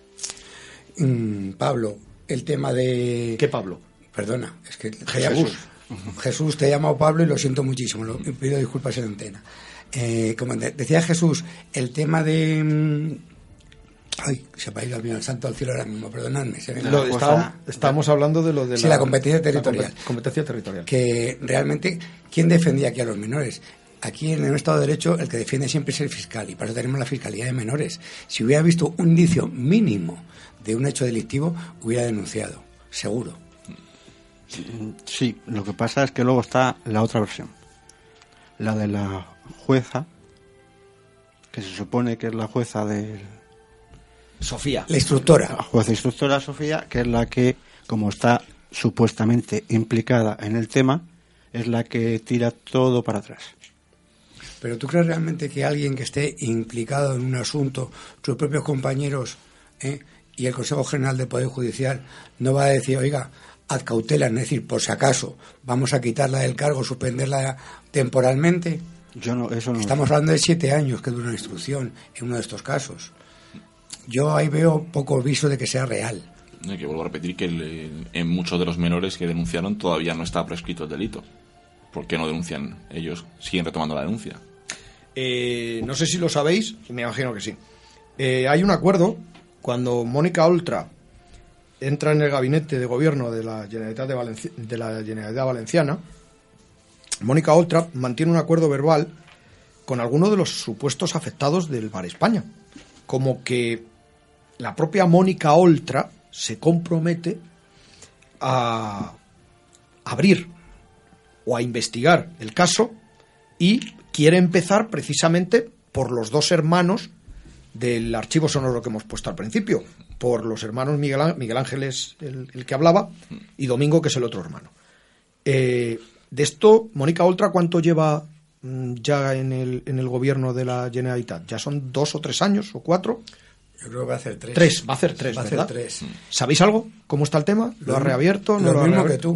mmm, Pablo el tema de... ¿Qué Pablo? Perdona, es que... Jesús. Jesús, te he llamado Pablo y lo siento muchísimo, lo, pido disculpas en antena. Eh, como de- decía Jesús, el tema de... mmm, ay, se me ha ido el mío, el santo al cielo ahora mismo, perdonadme. Se me Lo, cosa- estábamos, estábamos hablando de lo de Sí, la competencia la territorial. compe- competencia territorial. Que realmente, ¿quién defendía aquí a los menores? Aquí en el Estado de Derecho el que defiende siempre es el fiscal, y para eso tenemos la Fiscalía de Menores. Si hubiera visto un indicio mínimo de un hecho delictivo, hubiera denunciado, seguro. Sí, lo que pasa es que luego está la otra versión, la de la jueza, que se supone que es la jueza del... Sofía. La instructora. La jueza instructora Sofía, que es la que, como está supuestamente implicada en el tema, es la que tira todo para atrás. Pero ¿tú crees realmente que alguien que esté implicado en un asunto, sus propios compañeros eh, y el Consejo General del Poder Judicial, no va a decir, oiga, ad cautelam, es decir, por si acaso, vamos a quitarla del cargo, suspenderla temporalmente? Yo no, eso no. Estamos hablando de siete años que dura una instrucción en uno de estos casos. Yo ahí veo poco viso de que sea real. Eh, que vuelvo a repetir que el- en muchos de los menores que denunciaron todavía no está prescrito el delito. ¿Por qué no denuncian ellos? Siguen retomando la denuncia. Eh, no sé si lo sabéis, me imagino que sí. Eh, hay un acuerdo cuando Mónica Oltra entra en el gabinete de gobierno de la Generalitat de, Valenci- de la Generalitat Valenciana. Mónica Oltra mantiene un acuerdo verbal con algunos de los supuestos afectados del Bar España, como que la propia Mónica Oltra se compromete a abrir o a investigar el caso y quiere empezar precisamente por los dos hermanos del archivo sonoro que hemos puesto al principio, por los hermanos Miguel, Á- Miguel Ángel es el, el que hablaba y Domingo, que es el otro hermano. Eh, de esto, Mónica Oltra, ¿cuánto lleva mm, ya en el, en el gobierno de la Generalitat? ¿Ya son dos o tres años o cuatro? Yo creo que va a hacer tres. Tres, va a hacer tres, Va a hacer ¿verdad? tres. ¿Sabéis algo? ¿Cómo está el tema? ¿Lo ha reabierto? ¿No Lo lo ha mismo que reabierto? tú.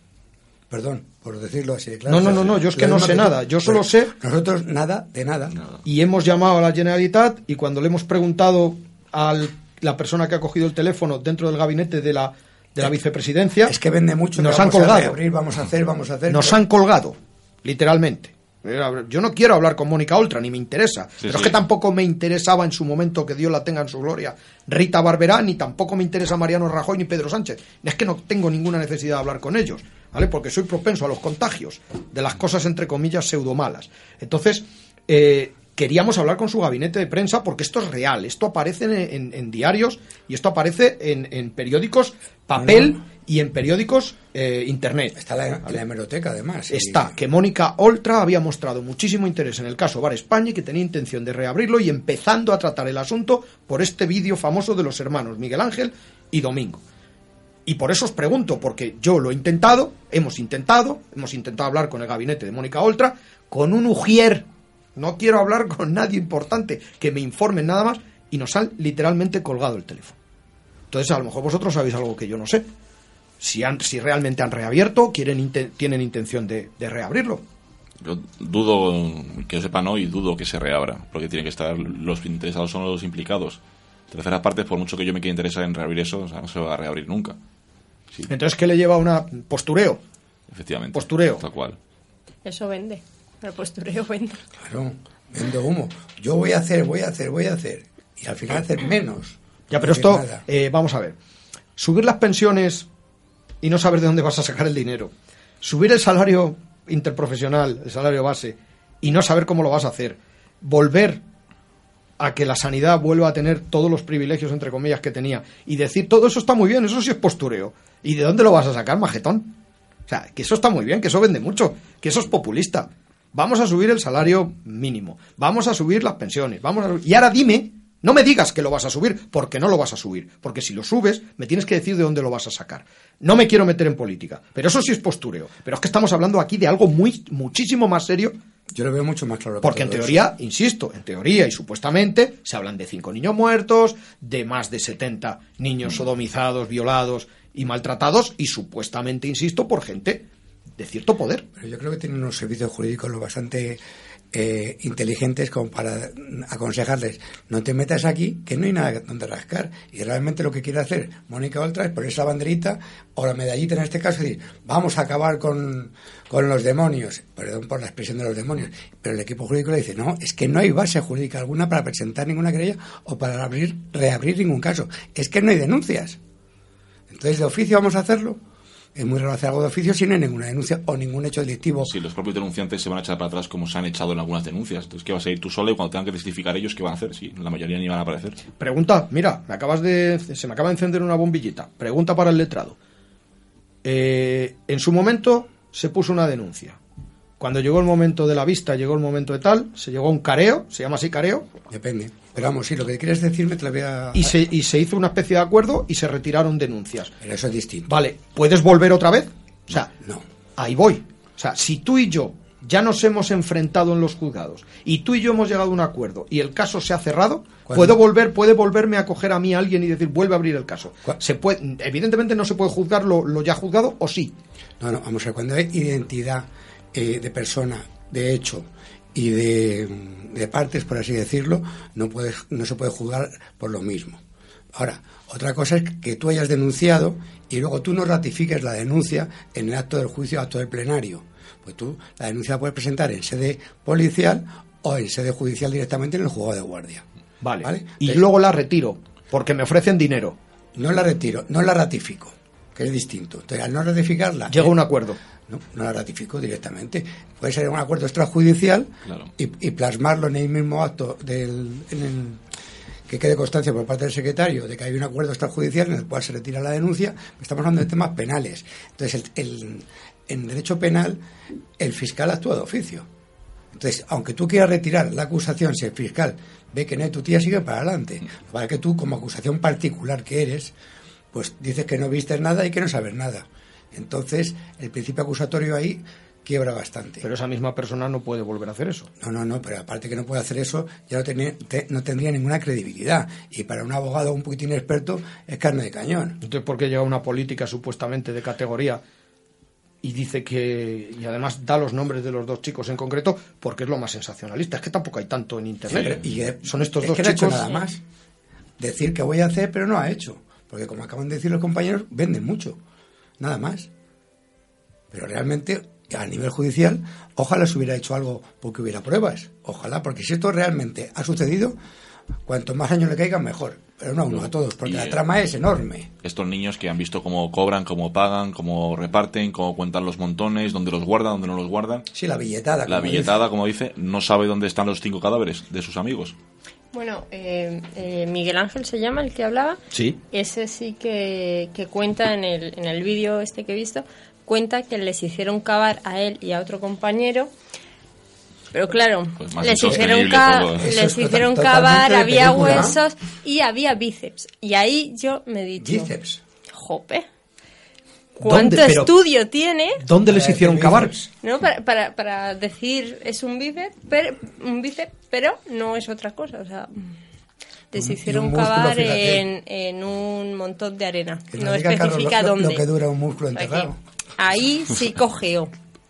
Perdón, por decirlo así de claro. No, no, no, no, yo es que Lo no mismo sé tú. nada, yo solo Pues sé- Nosotros nada, de nada. Y hemos llamado a la Generalitat y cuando le hemos preguntado a la persona que ha cogido el teléfono dentro del gabinete de la, de la vicepresidencia, Es que vende mucho. nos que han vamos a colgado. reabrir, vamos a hacer, vamos a hacer. Nos pero- han colgado, literalmente. Yo no quiero hablar con Mónica Oltra, ni me interesa. Sí, pero sí. es que tampoco me interesaba en su momento, que Dios la tenga en su gloria, Rita Barberá, ni tampoco me interesa Mariano Rajoy ni Pedro Sánchez. Es que no tengo ninguna necesidad de hablar con ellos, ¿vale? Porque soy propenso a los contagios de las cosas, entre comillas, pseudomalas. Entonces, eh, queríamos hablar con su gabinete de prensa porque esto es real. Esto aparece en, en- en diarios y esto aparece en, en periódicos papel No. y en periódicos eh, internet. Está la, en la hemeroteca, además. y- Está que Mónica Oltra había mostrado muchísimo interés en el caso Bar España y que tenía intención de reabrirlo y empezando a tratar el asunto por este vídeo famoso de los hermanos Miguel Ángel y Domingo. Y por eso os pregunto, porque yo lo he intentado, hemos intentado, hemos intentado hablar con el gabinete de Mónica Oltra, con un ujier, no quiero hablar con nadie importante, que me informen nada más, y nos han literalmente colgado el teléfono. Entonces, a lo mejor vosotros sabéis algo que yo no sé. Si, han, si realmente han reabierto, quieren inte- tienen intención de, de reabrirlo. Yo dudo que yo sepa, no, y dudo que se reabra, porque tiene que estar, los interesados son los implicados. Tercera parte, por mucho que yo me quiera interesar en reabrir eso, o sea, no se va a reabrir nunca. Sí, Entonces, ¿qué le lleva a una postureo? efectivamente. Postureo. Tal cual. Eso vende. El postureo vende. Claro, vendo humo. Yo voy a hacer, voy a hacer, voy a hacer. Y al final hacer menos. Ya, No pero decir esto, nada. eh, vamos a ver. Subir las pensiones y no saber de dónde vas a sacar el dinero. Subir el salario interprofesional, el salario base, y no saber cómo lo vas a hacer. Volver a que la sanidad vuelva a tener todos los privilegios, entre comillas, que tenía. Y decir, todo eso está muy bien, eso sí es postureo. ¿Y de dónde lo vas a sacar, majetón? O sea, que eso está muy bien, que eso vende mucho, que eso es populista. vamos a subir el salario mínimo, vamos a subir las pensiones, vamos a... y ahora dime, no me digas que lo vas a subir, porque no lo vas a subir, porque si lo subes, me tienes que decir de dónde lo vas a sacar. No me quiero meter en política, pero eso sí es postureo. Pero es que estamos hablando aquí de algo muy, muchísimo más serio. Yo lo veo mucho más claro. Porque en teoría, insisto, en teoría y supuestamente se hablan de cinco niños muertos, de más de setenta niños sodomizados, violados y maltratados, y supuestamente, insisto, por gente de cierto poder. Pero yo creo que tienen unos servicios jurídicos lo bastante eh, inteligentes como para aconsejarles, no te metas aquí, que no hay nada donde rascar. Y realmente lo que quiere hacer Mónica Oltra es ponerse la banderita o la medallita en este caso y decir, vamos a acabar con, con los demonios, perdón por la expresión de los demonios, pero el equipo jurídico le dice, no, es que no hay base jurídica alguna para presentar ninguna querella o para abrir, reabrir ningún caso, es que no hay denuncias. Entonces, ¿de oficio vamos a hacerlo? Es muy raro hacer algo de oficio si no hay ninguna denuncia o ningún hecho delictivo. Sí, los propios denunciantes se van a echar para atrás como se han echado en algunas denuncias. Entonces, ¿qué vas a ir tú solo y cuando tengan que testificar ellos, qué van a hacer? Sí, la mayoría ni van a aparecer. Pregunta, mira, me acabas de, se me acaba de encender una bombillita. Pregunta para el letrado. Eh, en su momento se puso una denuncia. Cuando llegó el momento de la vista, llegó el momento de tal, se llegó a un careo, se llama así careo. Depende. Pero vamos, sí, lo que quieres decirme te lo voy a... Y se, y se hizo una especie de acuerdo y se retiraron denuncias. Pero eso es distinto. Vale, ¿puedes volver otra vez? O sea, no. Ahí voy. O sea, si tú y yo ya nos hemos enfrentado en los juzgados y tú y yo hemos llegado a un acuerdo y el caso se ha cerrado, ¿cuándo? ¿Puedo volver, puede volverme a coger a mí alguien y decir, vuelve a abrir el caso? Se puede, evidentemente no se puede juzgar lo, lo ya juzgado, ¿o sí? No, no, vamos a ver, cuando hay identidad eh, de persona, de hecho y de, de partes, por así decirlo, no puedes, no se puede juzgar por lo mismo. Ahora, otra cosa es que tú hayas denunciado y luego tú no ratifiques la denuncia en el acto del juicio, acto del plenario. Pues tú la denuncia la puedes presentar en sede policial o en sede judicial directamente en el juzgado de guardia. Vale. ¿Vale? Y Entonces, luego la retiro porque me ofrecen dinero. No la retiro, no la ratifico, que es distinto. Entonces, al no ratificarla... Llega a un acuerdo. No, no la ratifico directamente. Puede ser un acuerdo extrajudicial, claro, y, y plasmarlo en el mismo acto del... En el, que quede constancia por parte del secretario de que hay un acuerdo extrajudicial en el cual se retira la denuncia. Estamos hablando de temas penales. Entonces, el, el, en derecho penal, el fiscal actúa de oficio. Entonces, aunque tú quieras retirar la acusación, si el fiscal ve que no, tu tía sigue para adelante. Para que tú, como acusación particular que eres, pues dices que no viste nada y que no sabes nada. Entonces, el principio acusatorio ahí quiebra bastante. Pero esa misma persona no puede volver a hacer eso. No, no, no, pero aparte que no puede hacer eso, ya no, tenía, te, no tendría ninguna credibilidad. Y para un abogado un poquitín experto es carne de cañón. Entonces, ¿por qué llega una política supuestamente de categoría y dice que... y además da los nombres de los dos chicos en concreto porque es lo más sensacionalista? Es que tampoco hay tanto en internet. Sí, y eh, son estos es dos que no chicos... ha hecho nada más. Decir que voy a hacer, pero no ha hecho. Porque como acaban de decir los compañeros, venden mucho. Nada más. Pero realmente... a nivel judicial, ojalá se hubiera hecho algo porque hubiera pruebas. Ojalá, porque si esto realmente ha sucedido, cuanto más años le caigan, mejor. Pero no a uno, a todos, porque y, la trama es enorme. Estos niños que han visto cómo cobran, cómo pagan, cómo reparten, cómo cuentan los montones, dónde los guardan, dónde no los guardan. Sí, la billetada. La billetada, dice. Como dice, no sabe dónde están los cinco cadáveres de sus amigos. Bueno, eh, eh, Miguel Ángel se llama el que hablaba. Sí. Ese sí que, que cuenta en el, en el vídeo este que he visto, cuenta que les hicieron cavar a él y a otro compañero, pero claro, pues les hicieron, ca les hicieron cavar, había película, huesos, ¿no? Y había bíceps. Y ahí yo me he dicho, bíceps. Jope, ¿cuánto ¿Dónde, estudio tiene? ¿Dónde les hicieron cavar? No, para, para, para decir es un bíceps, pero, un bíceps, pero no es otra cosa, o sea... Les hicieron cavar en, en un montón de arena. Que no Carlos, especifica lo, dónde. Lo que dura un músculo enterrado. Ahí sí cojeó.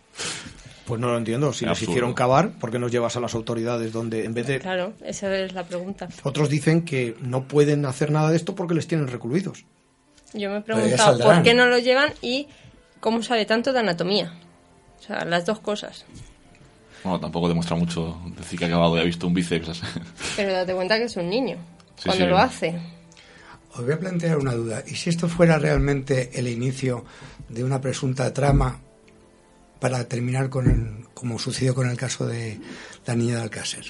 Pues no lo entiendo. Si les hicieron cavar, ¿por qué nos llevas a las autoridades donde en vez de...? Claro, esa es la pregunta. Otros dicen que no pueden hacer nada de esto porque les tienen recluidos. Yo me he preguntado por qué no lo llevan y cómo sabe tanto de anatomía. O sea, las dos cosas. Bueno, tampoco demuestra mucho decir que ha acabado y ha visto un bíceps. Pero date cuenta que es un niño sí, cuando sí. lo hace. Os voy a plantear una duda. ¿Y si esto fuera realmente el inicio de una presunta trama para terminar con el, como sucedió con el caso de la niña de Alcácer?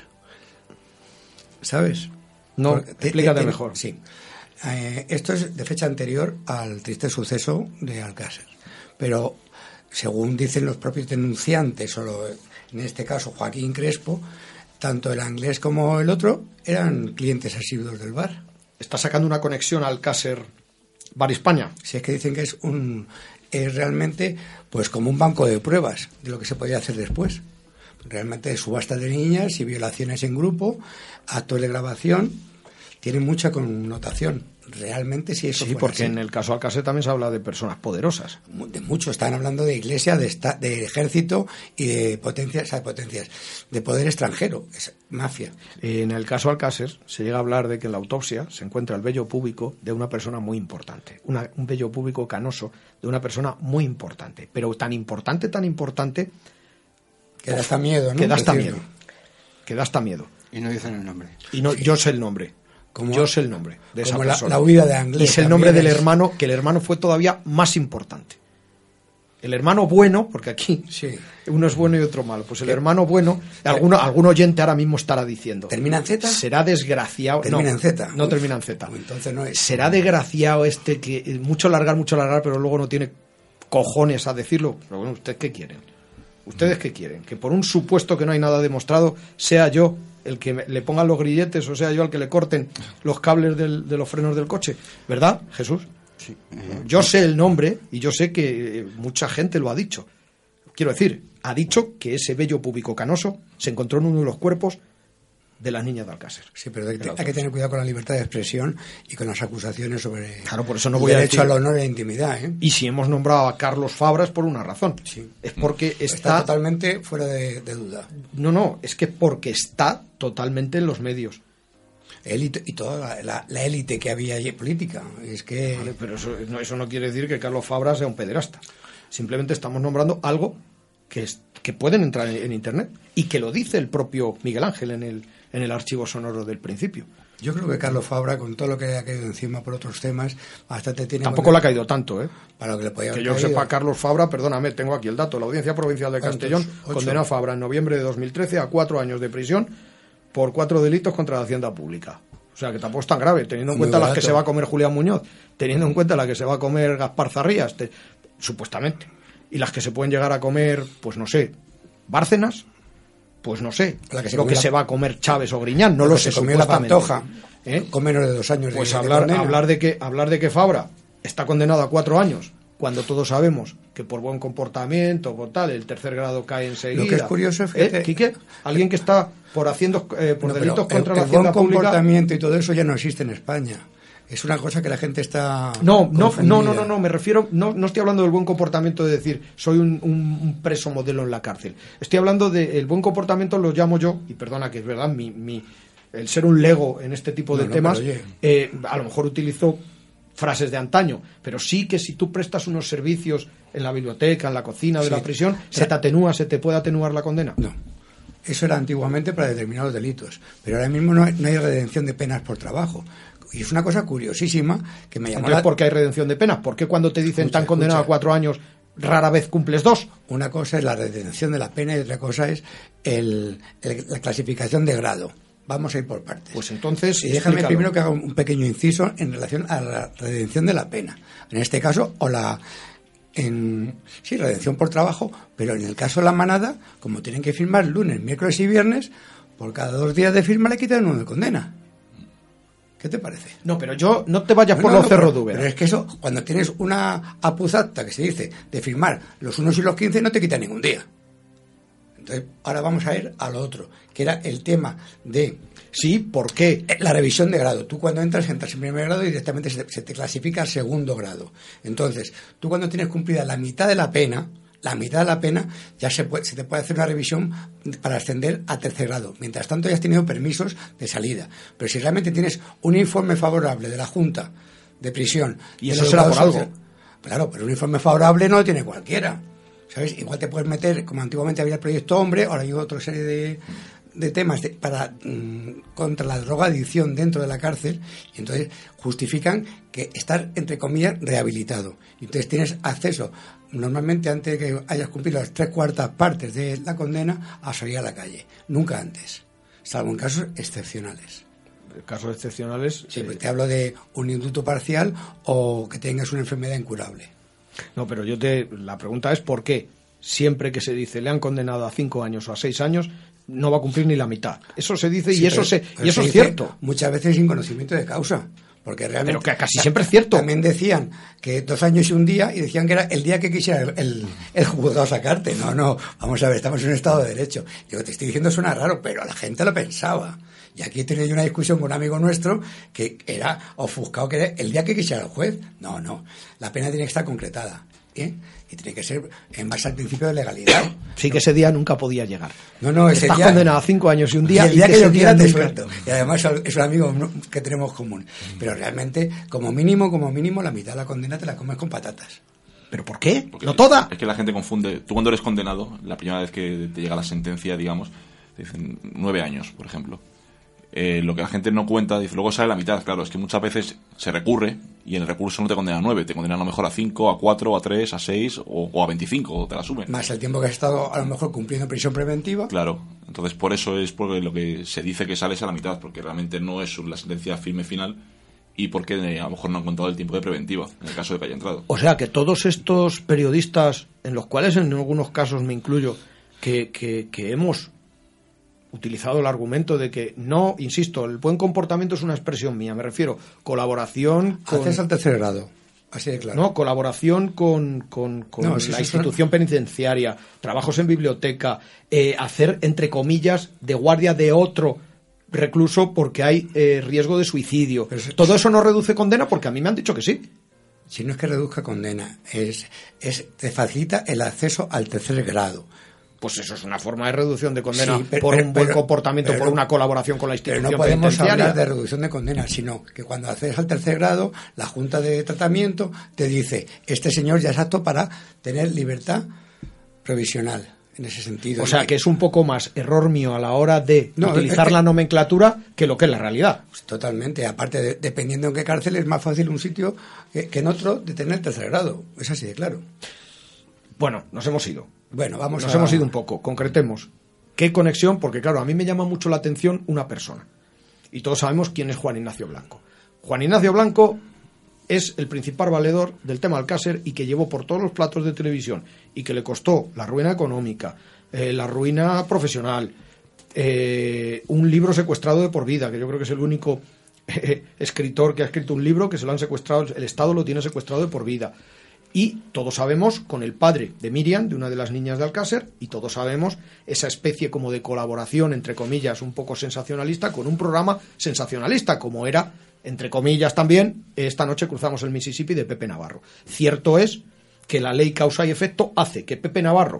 ¿Sabes? No, Porque, explícate te, te, mejor. Sí. Eh, esto es de fecha anterior al triste suceso de Alcácer. Pero según dicen los propios denunciantes, o lo, en este caso Joaquín Crespo, tanto el Anglés como el otro eran clientes asiduos del bar. Está sacando una conexión al Alcácer Bar España. Si es que dicen que es un es realmente pues como un banco de pruebas de lo que se podía hacer después. Realmente subastas de niñas y violaciones en grupo, actos de grabación, tienen mucha connotación. Realmente si eso sí, fuera porque así. En el caso Alcácer también se habla de personas poderosas. De mucho, están hablando de iglesia, de, esta, de ejército y de potencias, o sea, potencias, de poder extranjero, es mafia. En el caso Alcácer se llega a hablar de que en la autopsia se encuentra el vello púbico de una persona muy importante, una, un vello púbico canoso de una persona muy importante, pero tan importante, tan importante que da hasta miedo, ¿no? Que da hasta Es miedo, cierto. que da hasta miedo. Y no dicen el nombre. Y no, Sí. yo sé el nombre. Como, yo sé el nombre de esa como la, persona. la huida de Anglés. Y sé el nombre del también es- hermano, que el hermano fue todavía más importante. El hermano bueno, porque aquí Sí. uno es bueno y otro malo. Pues el hermano bueno, alguno, algún oyente ahora mismo estará diciendo. ¿Termina en Z? Será desgraciado. Termina no, en Z. No Uf. termina en Z. Entonces no es. Será desgraciado este que eh, mucho largar, mucho largar, pero luego no tiene cojones a decirlo. Pero bueno, ¿ustedes qué quieren? ¿Ustedes qué quieren? Que por un supuesto que no hay nada demostrado, sea yo el que me- le pongan los grilletes o sea yo el que le corten los cables del- de los frenos del coche. ¿Verdad, Jesús? Sí. Eh, Yo sé el nombre y yo sé que eh, mucha gente lo ha dicho. Quiero decir, ha dicho que ese vello púbico canoso se encontró en uno de los cuerpos de las niñas de Alcácer. Sí, pero hay, De la hay que tener cuidado con la libertad de expresión y con las acusaciones sobre Claro, por eso no el voy a derecho decir- al honor e intimidad. ¿eh? Y si hemos nombrado a Carlos Fabra es por una razón. Sí. Es porque Está, está... totalmente fuera de, de duda. No, no, es que porque está totalmente en los medios. Él y, t- y toda la, la- la élite que había allí política. Es que Vale, pero eso no, eso no quiere decir que Carlos Fabra sea un pederasta. Simplemente estamos nombrando algo que, es, que pueden entrar en, en Internet y que lo dice el propio Miguel Ángel en el, en el archivo sonoro del principio. yo creo que Carlos Fabra, con todo lo que le ha caído encima por otros temas, bastante tiene... Tampoco le ha caído tanto, ¿eh? Para lo que le podía Que haber yo caído. sepa, Carlos Fabra, perdóname, tengo aquí el dato. La Audiencia Provincial de ¿Cuántos? Castellón Ocho. condenó a Fabra en noviembre de dos mil trece a cuatro años de prisión por cuatro delitos contra la hacienda pública. O sea, que tampoco es tan grave, teniendo en Muy cuenta las barato. que se va a comer Julián Muñoz, teniendo en cuenta las que se va a comer Gaspar Zarrías, te- supuestamente, y las que se pueden llegar a comer, pues no sé, Bárcenas, pues no sé, La que se lo comió que la- se va a comer Chávez o Griñán, no lo que sé, se comió la supuestamente. Pantoja, ¿Eh? con menos de dos años de- Pues de hablar, condena. hablar de que hablar de que Fabra está condenado a cuatro años, cuando todos sabemos que por buen comportamiento, por tal, el tercer grado cae enseguida. Lo que es curioso es, ¿Eh, fíjate- Quique? Alguien que está por haciendo eh, por No, pero delitos el- contra el la hacienda buen pública. comportamiento y todo eso ya no existe en España. Es una cosa que la gente está... No, no, confundida. no, no, no, no, me refiero, no, no estoy hablando del buen comportamiento de decir soy un, un- un preso modelo en la cárcel. Estoy hablando del buen comportamiento, lo llamo yo, y perdona que es verdad, mi, mi, el ser un lego en este tipo No, de no, temas, pero oye. eh, a lo mejor utilizo frases de antaño, pero sí que si tú prestas unos servicios en la biblioteca, en la cocina de Sí. la prisión, se te atenúa, se te puede atenuar la condena. No. Eso era antiguamente para determinados delitos, pero ahora mismo no hay, no hay redención de penas por trabajo. Y es una cosa curiosísima que me llamó Entonces, la... ¿por qué hay redención de penas? ¿Por qué cuando te dicen Escucha, tan condenado a escucha. cuatro años rara vez cumples dos? Una cosa es la redención de la pena y otra cosa es el, el- la clasificación de grado. Vamos a ir por partes. Pues entonces, y déjame explícalo. primero que haga un pequeño inciso en relación a la redención de la pena. En este caso, o la... En, sí, redención por trabajo, pero en el caso de la manada, como tienen que firmar lunes, miércoles y viernes, por cada dos días de firma le quitan uno de condena. ¿Qué te parece? No, pero yo no te vayas No, por no, los no, cerros pero- de Úbeda. Pero es que eso, cuando tienes una apuzacta que se dice de firmar los unos y los quince, no te quita ningún día. Entonces, ahora vamos a ir a lo otro, que era el tema de Sí, ¿por qué? eh, la revisión de grado. Tú cuando entras, entras en primer grado y directamente se te, se te clasifica al segundo grado. Entonces, tú cuando tienes cumplida la mitad de la pena, la mitad de la pena, ya se, puede, se te puede hacer una revisión para ascender a tercer grado. Mientras tanto, ya has tenido permisos de salida. Pero si realmente tienes un informe favorable de la Junta de Prisión... Y de eso los será grados por algo. social- Claro, pero un informe favorable no lo tiene cualquiera. ¿Sabes? Igual te puedes meter, como antiguamente había el proyecto Hombre, ahora hay otra serie de, de temas de- para mm, contra la drogadicción dentro de la cárcel, y entonces justifican que estar, entre comillas, rehabilitado. Y entonces tienes acceso, normalmente antes de que hayas cumplido las tres cuartas partes de la condena, a salir a la calle. Nunca antes, salvo en casos excepcionales. Casos excepcionales. Sí, eh, pues te hablo de un indulto parcial o que tengas una enfermedad incurable. No, pero yo te... La pregunta es ¿por qué? Siempre que se dice le han condenado a cinco años o a seis años, no va a cumplir ni la mitad. Eso se dice, sí, y eso, pero, se, pero y eso se es cierto. Muchas veces sin conocimiento de causa. Porque realmente, pero que casi siempre es cierto. También decían que dos años y un día, y decían que era el día que quisiera el, el, el juzgado sacarte. No, no, vamos a ver, estamos en un estado de derecho. Yo te estoy diciendo suena raro, pero la gente lo pensaba. Y aquí he tenido una discusión con un amigo nuestro que era ofuscado, que era el día que quisiera el juez. No, no, la pena tiene que estar concretada, ¿eh? Y tiene que ser en base al principio de legalidad. Sí, que ese día nunca podía llegar. No, no, ese Estás día... condenado a cinco años y un día... Y el día y que yo quiera te nunca... suelto. Y además es un amigo que tenemos común. Pero realmente, como mínimo, como mínimo, la mitad de la condena te la comes con patatas. ¿Pero por qué? Porque ¿No toda? Es que la gente confunde. Tú cuando eres condenado, la primera vez que te llega la sentencia, digamos, te dicen nueve años, por ejemplo. Eh, lo que la gente no cuenta, dice, luego sale la mitad. Claro, es que muchas veces se recurre y en el recurso no te condena a nueve, te condenan a lo mejor a cinco, a cuatro, a tres, a seis o, o a veinticinco, o te la suben. Más el tiempo que has estado a lo mejor cumpliendo prisión preventiva. Claro, entonces por eso es porque lo que se dice que sales a la mitad, porque realmente no es la sentencia firme final y porque eh, a lo mejor no han contado el tiempo de preventiva, en el caso de que haya entrado. O sea que todos estos periodistas, en los cuales en algunos casos me incluyo, que, que, que hemos utilizado el argumento de que no, insisto, el buen comportamiento es una expresión mía, me refiero colaboración con... Haces al tercer grado, así de claro. No, colaboración con, con, con no, si la institución suena... penitenciaria, trabajos en biblioteca, eh, hacer, entre comillas, de guardia de otro recluso porque hay eh, riesgo de suicidio. Pero todo eso no reduce condena porque a mí me han dicho que sí. Si no es que reduzca condena, es, es te facilita el acceso al tercer grado. Pues eso es una forma de reducción de condena, sí, pero, por pero, un buen pero, comportamiento, pero, por una colaboración con la institución pero no podemos penitenciaria. hablar de reducción de condena, sino que cuando accedes al tercer grado, la Junta de Tratamiento te dice, este señor ya es apto para tener libertad provisional, en ese sentido. O sea, que es un poco más error mío a la hora de no, utilizar es, la nomenclatura que lo que es la realidad. Pues totalmente. Aparte, de, dependiendo en qué cárcel, es más fácil un sitio que, que en otro de tener el tercer grado. Es así de claro. Bueno, nos hemos ido. Bueno, vamos Nos a... hemos ido un poco. Concretemos. ¿Qué conexión? Porque, claro, a mí me llama mucho la atención una persona. Y todos sabemos quién es Juan Ignacio Blanco. Juan Ignacio Blanco es el principal valedor del tema Alcácer y que llevó por todos los platos de televisión y que le costó la ruina económica, eh, la ruina profesional, eh, un libro secuestrado de por vida, que yo creo que es el único eh, escritor que ha escrito un libro que se lo han secuestrado, el Estado lo tiene secuestrado de por vida. Y todos sabemos con el padre de Miriam, de una de las niñas de Alcácer, y todos sabemos esa especie como de colaboración, entre comillas, un poco sensacionalista, con un programa sensacionalista, como era, entre comillas también, Esta noche cruzamos el Mississippi de Pepe Navarro. Cierto es que la ley causa y efecto hace que Pepe Navarro,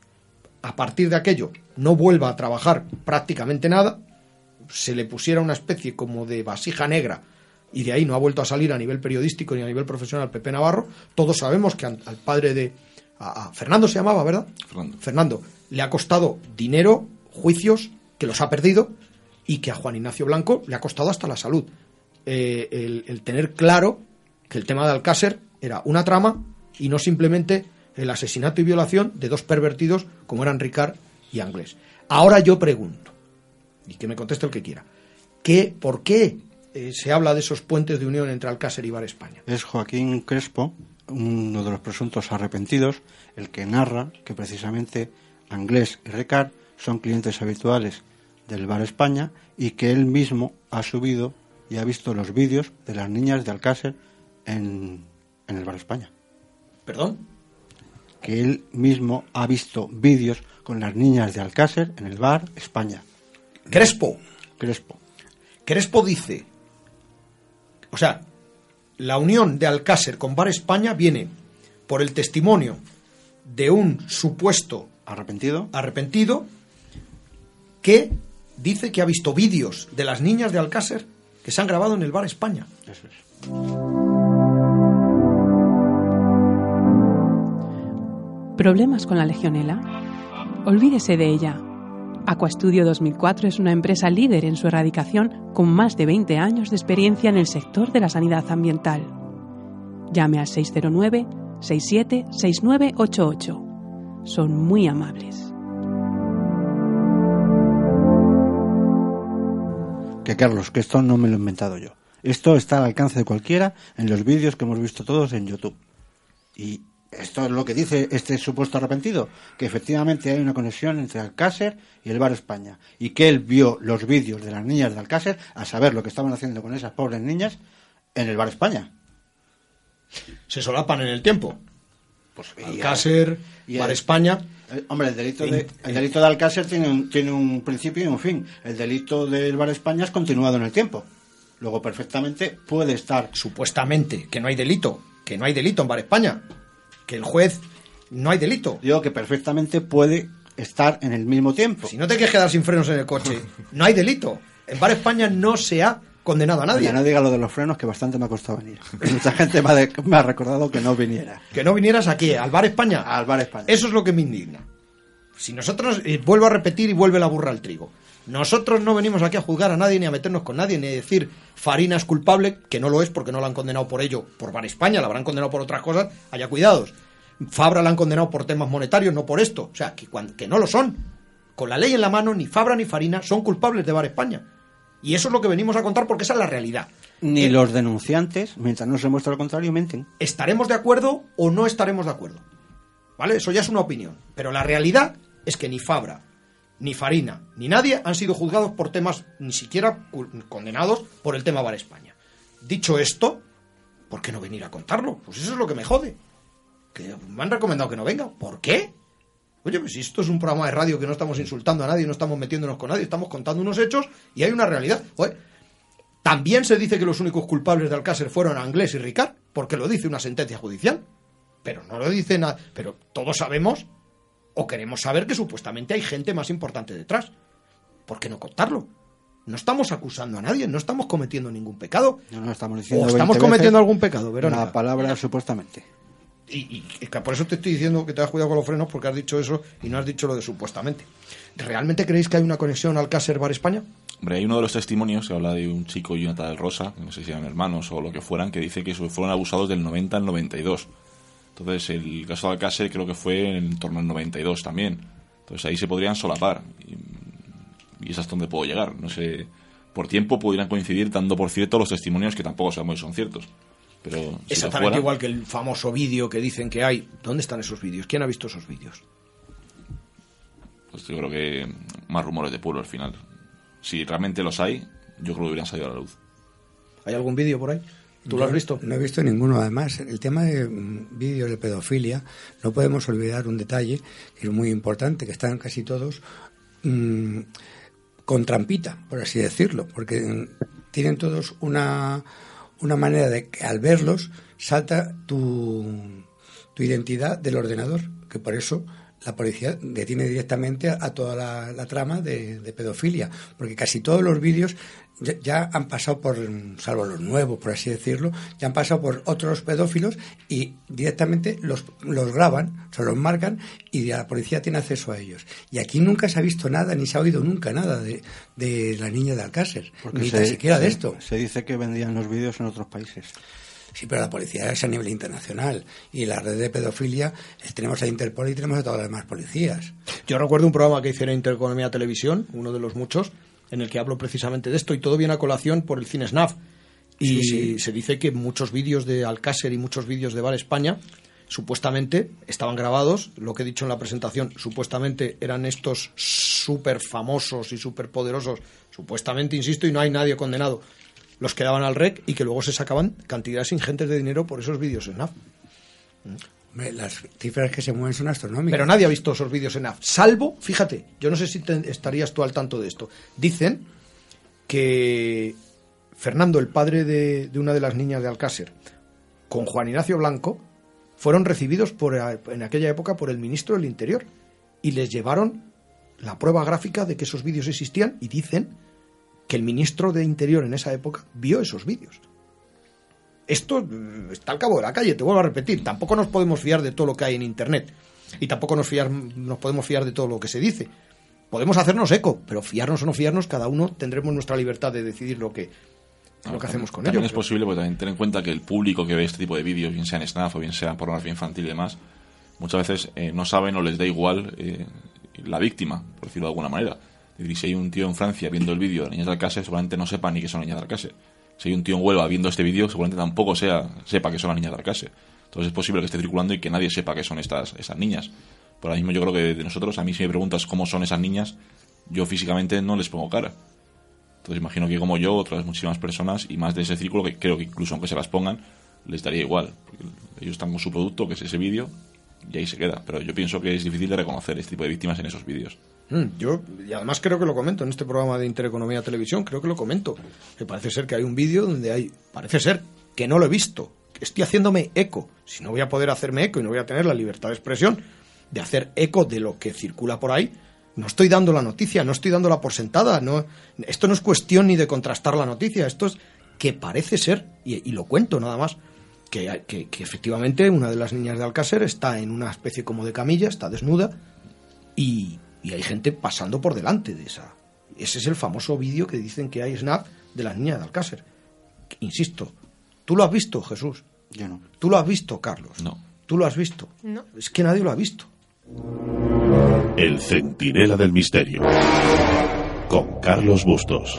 a partir de aquello, no vuelva a trabajar prácticamente nada, se le pusiera una especie como de vasija negra, y de ahí no ha vuelto a salir a nivel periodístico ni a nivel profesional Pepe Navarro. Todos sabemos que al padre de... A, a Fernando se llamaba, ¿verdad? Fernando. Fernando. Le ha costado dinero, juicios, que los ha perdido, y que a Juan Ignacio Blanco le ha costado hasta la salud. Eh, el, el tener claro que el tema de Alcácer era una trama y no simplemente el asesinato y violación de dos pervertidos como eran Ricard y Anglés. Ahora yo pregunto, y que me conteste el que quiera, ¿qué, ¿por qué Eh, se habla de esos puentes de unión entre Alcácer y Bar España? Es Joaquín Crespo, uno de los presuntos arrepentidos, el que narra que precisamente Anglés y Ricard son clientes habituales del Bar España y que él mismo ha subido y ha visto los vídeos de las niñas de Alcácer en, en el Bar España. ¿Perdón? Que él mismo ha visto vídeos con las niñas de Alcácer en el Bar España. Crespo. Crespo. Crespo dice... O sea, la unión de Alcácer con Bar España viene por el testimonio de un supuesto arrepentido, arrepentido que dice que ha visto vídeos de las niñas de Alcácer que se han grabado en el Bar España. Eso es. ¿Problemas con la legionela? Olvídese de ella. Aquastudio dos mil cuatro es una empresa líder en su erradicación con más de veinte años de experiencia en el sector de la sanidad ambiental. Llame al seis cero nueve, seis siete seis nueve ocho ocho. Son muy amables. Que Carlos, que esto no me lo he inventado yo. Esto está al alcance de cualquiera en los vídeos que hemos visto todos en YouTube. Y esto es lo que dice este supuesto arrepentido, que efectivamente hay una conexión entre Alcácer y el Bar España, y que él vio los vídeos de las niñas de Alcácer, a saber lo que estaban haciendo con esas pobres niñas en el Bar España. Se solapan en el tiempo. Pues, Alcácer, y Bar el, España. El, hombre, el delito de el delito de Alcácer tiene un, tiene un principio y un fin. El delito del Bar España es continuado en el tiempo. Luego perfectamente puede estar. Supuestamente, que no hay delito, que no hay delito en Bar España, que el juez no hay delito. Digo que perfectamente puede estar en el mismo tiempo. Si no te quieres quedar sin frenos en el coche, no hay delito. En Bar España no se ha condenado a nadie. Oye, no diga lo de los frenos, que bastante me ha costado venir. Mucha gente me ha, de, me ha recordado que no viniera. ¿Que no vinieras aquí, al Bar España? Al Bar España. Eso es lo que me indigna. Si nosotros, eh, vuelvo a repetir y vuelve la burra al trigo, nosotros no venimos aquí a juzgar a nadie, ni a meternos con nadie, ni a decir Farina es culpable, que no lo es porque no la han condenado por ello, por Bar España, la habrán condenado por otras cosas, haya cuidados. Fabra la han condenado por temas monetarios, no por esto. O sea, que, cuando, que no lo son. Con la ley en la mano, ni Fabra ni Farina son culpables de Bar España. Y eso es lo que venimos a contar porque esa es la realidad. Ni eh, los denunciantes, mientras no se muestra lo contrario, mienten. ¿Estaremos de acuerdo o no estaremos de acuerdo? ¿Vale? Eso ya es una opinión. Pero la realidad es que ni Fabra, ni Farina, ni nadie han sido juzgados por temas, ni siquiera condenados por el tema Bar España. Dicho esto, ¿por qué no venir a contarlo? Pues eso es lo que me jode. Que me han recomendado que no venga. ¿Por qué? Oye, pues si esto es un programa de radio que no estamos insultando a nadie, no estamos metiéndonos con nadie, estamos contando unos hechos y hay una realidad. Oye, también se dice que los únicos culpables de Alcácer fueron Anglés y Ricard, porque lo dice una sentencia judicial. Pero no lo dice nada. Pero todos sabemos, o queremos saber, que supuestamente hay gente más importante detrás. ¿Por qué no contarlo? No estamos acusando a nadie, no estamos cometiendo ningún pecado. No, no estamos diciendo. ¿O estamos cometiendo algún pecado, Verónica? La palabra supuestamente. Y, y, y por eso te estoy diciendo que te has cuidado con los frenos, porque has dicho eso y no has dicho lo de supuestamente. ¿Realmente creéis que hay una conexión Alcácer Bar España? Hombre, hay uno de los testimonios que habla de un chico y una tal Rosa, que no sé si eran hermanos o lo que fueran, que dice que fueron abusados del noventa al noventa y dos. Entonces el caso de Alcácer creo que fue en torno al noventa y dos también. Entonces ahí se podrían solapar. Y, y es hasta donde puedo llegar. No sé, por tiempo podrían coincidir, dando por cierto los testimonios que tampoco sabemos si son ciertos. Pero si exactamente fuera, igual que el famoso vídeo que dicen que hay. ¿Dónde están esos vídeos? ¿Quién ha visto esos vídeos? Pues yo creo que más rumores de pueblo al final. Si realmente los hay, yo creo que hubieran salido a la luz. ¿Hay algún vídeo por ahí? ¿Tú yo lo has visto? No he visto ninguno. Además, el tema de mm, vídeos de pedofilia, no podemos olvidar un detalle que es muy importante, que están casi todos mmm, con trampita, por así decirlo, porque mm, tienen todos una... una manera de que al verlos salta tu, tu identidad del ordenador, que por eso la policía detiene directamente a, a toda la, la trama de, de pedofilia, porque casi todos los vídeos ya, ya han pasado por, salvo los nuevos, por así decirlo, ya han pasado por otros pedófilos y directamente los, los graban, se los marcan y la policía tiene acceso a ellos. Y aquí nunca se ha visto nada, ni se ha oído nunca nada de, de la niña de Alcácer, porque ni se, tan siquiera se, de esto. Se dice que vendían los vídeos en otros países. Sí, pero la policía es a nivel internacional y la red de pedofilia tenemos a Interpol y tenemos a todas las demás policías. Yo recuerdo un programa que hice en Intereconomía Televisión, uno de los muchos, en el que hablo precisamente de esto, y todo viene a colación por el cine Snaf. Y sí, sí. Se dice que muchos vídeos de Alcácer y muchos vídeos de Bar España supuestamente estaban grabados, lo que he dicho en la presentación, supuestamente eran estos súper famosos y súper poderosos, supuestamente, insisto, y no hay nadie condenado, los que daban al R E C y que luego se sacaban cantidades ingentes de dinero por esos vídeos en N A F. Las cifras que se mueven son astronómicas. Pero nadie ha visto esos vídeos en N A F, salvo, fíjate, yo no sé si te, estarías tú al tanto de esto. Dicen que Fernando, el padre de, de una de las niñas de Alcácer, con Juan Ignacio Blanco, fueron recibidos por, en aquella época por el ministro del Interior y les llevaron la prueba gráfica de que esos vídeos existían y dicen que el ministro de Interior en esa época vio esos vídeos. Esto está al cabo de la calle, te vuelvo a repetir. Tampoco nos podemos fiar de todo lo que hay en Internet y tampoco nos, fiar, nos podemos fiar de todo lo que se dice. Podemos hacernos eco, pero fiarnos o no fiarnos, cada uno tendremos nuestra libertad de decidir lo que, no, lo que hacemos con ello. También es pero... posible, porque también ten en cuenta que el público que ve este tipo de vídeos, bien sea en Snaf o bien sea pornografía infantil y demás, muchas veces eh, no saben o les da igual eh, la víctima, por decirlo de alguna manera. Es decir, si hay un tío en Francia viendo el vídeo de niñas de Alcácer, seguramente no sepa ni que son niñas de Alcácer. Si hay un tío en Huelva viendo este vídeo, seguramente tampoco sea, sepa que son las niñas de Alcácer. Entonces es posible que esté circulando y que nadie sepa que son estas esas niñas. Por ahora mismo yo creo que de nosotros, a mí si me preguntas cómo son esas niñas, yo físicamente no les pongo cara. Entonces imagino que como yo, otras muchísimas personas, y más de ese círculo, que creo que incluso aunque se las pongan, les daría igual. Porque ellos están con su producto, que es ese vídeo, y ahí se queda. Pero yo pienso que es difícil de reconocer este tipo de víctimas en esos vídeos. Mm, yo, y además creo que lo comento en este programa de Intereconomía Televisión, creo que lo comento. Que parece ser que hay un vídeo donde hay, parece ser que no lo he visto, que estoy haciéndome eco. Si no voy a poder hacerme eco y no voy a tener la libertad de expresión de hacer eco de lo que circula por ahí, no estoy dando la noticia, no estoy dándola por sentada. No, esto no es cuestión ni de contrastar la noticia, esto es que parece ser, y, y lo cuento nada más, que, que, que efectivamente una de las niñas de Alcácer está en una especie como de camilla, está desnuda, y, y hay gente pasando por delante de esa. Ese es el famoso vídeo que dicen que hay snap de las niñas de Alcácer. Insisto, ¿tú lo has visto, Jesús? Yo no. ¿Tú lo has visto, Carlos? No. ¿Tú lo has visto? No. Es que nadie lo ha visto. El Centinela del Misterio, con Carlos Bustos.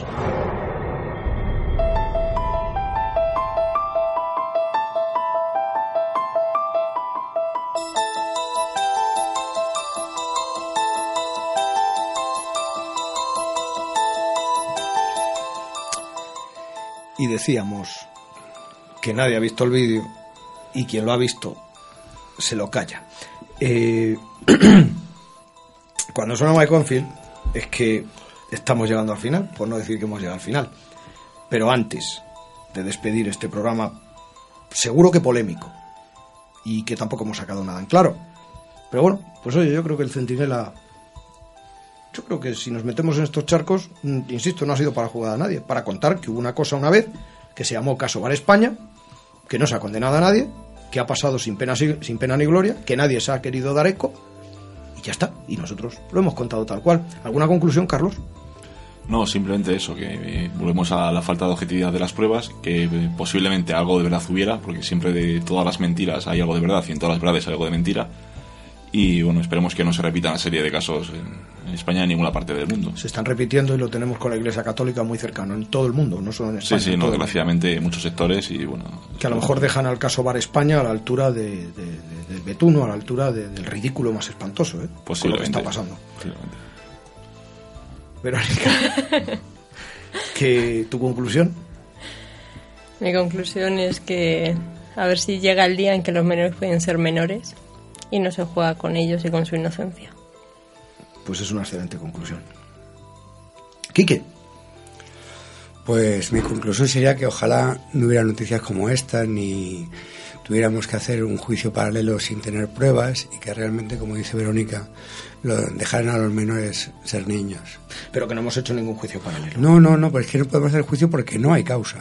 Y decíamos que nadie ha visto el vídeo y quien lo ha visto se lo calla. Eh... Cuando suena Mike Oldfield es que estamos llegando al final, por no decir que hemos llegado al final. Pero antes de despedir este programa, seguro que polémico, y que tampoco hemos sacado nada en claro. Pero bueno, pues oye, yo creo que el Centinela, yo creo que si nos metemos en estos charcos, insisto, no ha sido para jugar a nadie, para contar que hubo una cosa una vez que se llamó Caso Bar España, que no se ha condenado a nadie, que ha pasado sin pena, sin pena ni gloria, que nadie se ha querido dar eco. Y ya está, y nosotros lo hemos contado tal cual. ¿Alguna conclusión, Carlos? No, simplemente eso, que eh, volvemos a la falta de objetividad de las pruebas, que eh, posiblemente algo de verdad hubiera, porque siempre de todas las mentiras hay algo de verdad y en todas las verdades hay algo de mentira. Y bueno, esperemos que no se repita una serie de casos en, en España ni en ninguna parte del mundo. Se están repitiendo y lo tenemos con la Iglesia Católica muy cercano, en todo el mundo, no solo en España. Sí, sí, no, desgraciadamente en muchos sectores y bueno... Que a lo mejor dejan al caso Bar España a la altura de, de, de, del Betuno, a la altura de, del ridículo más espantoso, ¿eh? Con lo que está pasando. Posiblemente. Verónica, ¿qué, ¿tu conclusión? Mi conclusión es que a ver si llega el día en que los menores pueden ser menores y no se juega con ellos y con su inocencia. Pues es una excelente conclusión. Quique. Pues mi conclusión sería que ojalá no hubiera noticias como esta, ni tuviéramos que hacer un juicio paralelo sin tener pruebas, y que realmente, como dice Verónica, lo dejaran a los menores ser niños. Pero que no hemos hecho ningún juicio paralelo. No, no, no, pues es que no podemos hacer juicio porque no hay causa.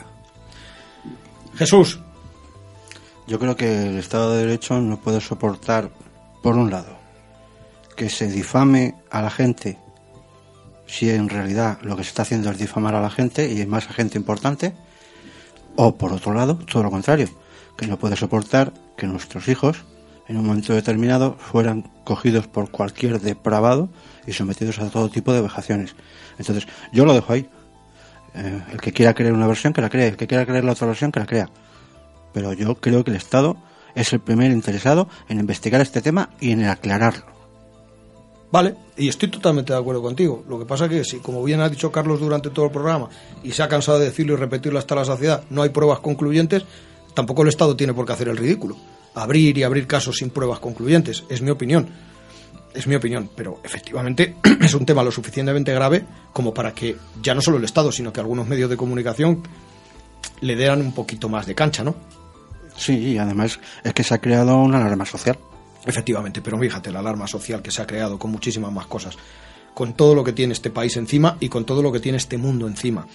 Jesús. Yo creo que el Estado de Derecho no puede soportar, por un lado, que se difame a la gente, si en realidad lo que se está haciendo es difamar a la gente y más a gente importante, o por otro lado, todo lo contrario, que no puede soportar que nuestros hijos, en un momento determinado, fueran cogidos por cualquier depravado y sometidos a todo tipo de vejaciones. Entonces, yo lo dejo ahí. Eh, el que quiera creer una versión, que la cree. El que quiera creer la otra versión, que la crea. Pero yo creo que el Estado es el primer interesado en investigar este tema y en aclararlo. Vale, y estoy totalmente de acuerdo contigo. Lo que pasa es que, si, como bien ha dicho Carlos durante todo el programa, y se ha cansado de decirlo y repetirlo hasta la saciedad, no hay pruebas concluyentes, tampoco el Estado tiene por qué hacer el ridículo. Abrir y abrir casos sin pruebas concluyentes, es mi opinión. Es mi opinión, pero efectivamente es un tema lo suficientemente grave como para que ya no solo el Estado, sino que algunos medios de comunicación le den un poquito más de cancha, ¿no? Sí, y además es que se ha creado una alarma social. Efectivamente, pero fíjate, la alarma social que se ha creado con muchísimas más cosas, con todo lo que tiene este país encima y con todo lo que tiene este mundo encima.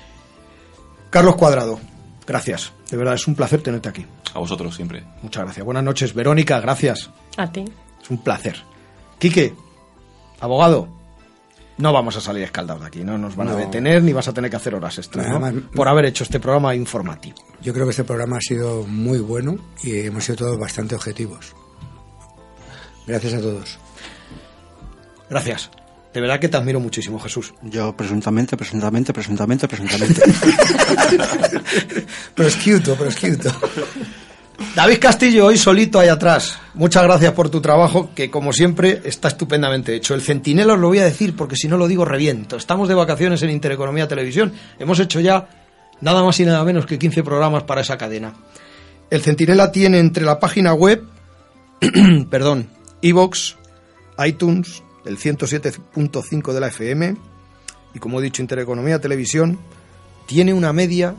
Carlos Cuadrado, gracias, de verdad es un placer tenerte aquí. A vosotros siempre. Muchas gracias. Buenas noches, Verónica, gracias. A ti. Es un placer. Quique, abogado, no vamos a salir escaldados de aquí, no nos van no. a detener ni vas a tener que hacer horas extras, ¿no? Más, por haber hecho este programa informativo. Yo creo que este programa ha sido muy bueno y hemos sido todos bastante objetivos. Gracias a todos. Gracias. De verdad que te admiro muchísimo, Jesús. Yo presuntamente, presuntamente, presuntamente, presuntamente. Prosciutto, prosciutto. David Castillo, hoy solito ahí atrás. Muchas gracias por tu trabajo, que como siempre está estupendamente hecho. El Centinela os lo voy a decir, porque si no lo digo reviento. Estamos de vacaciones en Intereconomía Televisión. Hemos hecho ya nada más y nada menos que quince programas para esa cadena. El Centinela tiene entre la página web, perdón, iVoox, iTunes, el ciento siete punto cinco de la F M, y como he dicho, Intereconomía Televisión, tiene una media,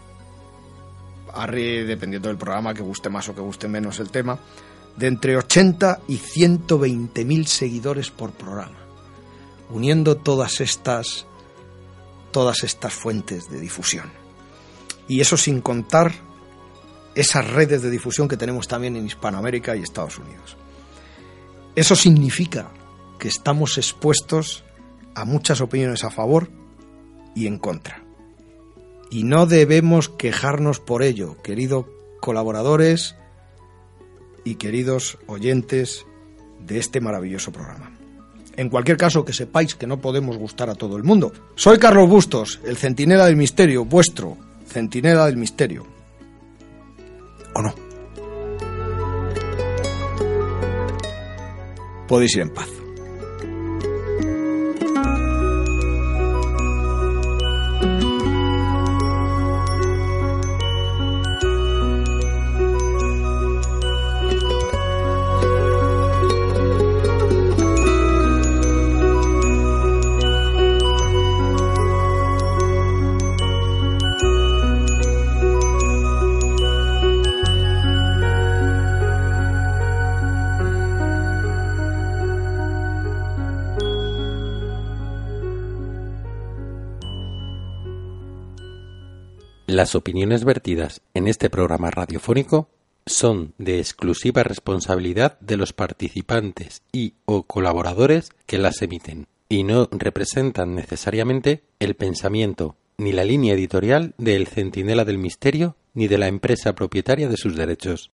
dependiendo del programa, que guste más o que guste menos el tema, de entre ochenta y ciento veinte mil seguidores por programa, uniendo todas estas todas estas fuentes de difusión. Y eso sin contar esas redes de difusión que tenemos también en Hispanoamérica y Estados Unidos. Eso significa que estamos expuestos a muchas opiniones a favor y en contra. Y no debemos quejarnos por ello, queridos colaboradores y queridos oyentes de este maravilloso programa. En cualquier caso, que sepáis que no podemos gustar a todo el mundo. Soy Carlos Bustos, el Centinela del Misterio, vuestro Centinela del Misterio. ¿O no? Podéis ir en paz. Las opiniones vertidas en este programa radiofónico son de exclusiva responsabilidad de los participantes y o colaboradores que las emiten y no representan necesariamente el pensamiento ni la línea editorial de El Centinela del Misterio ni de la empresa propietaria de sus derechos.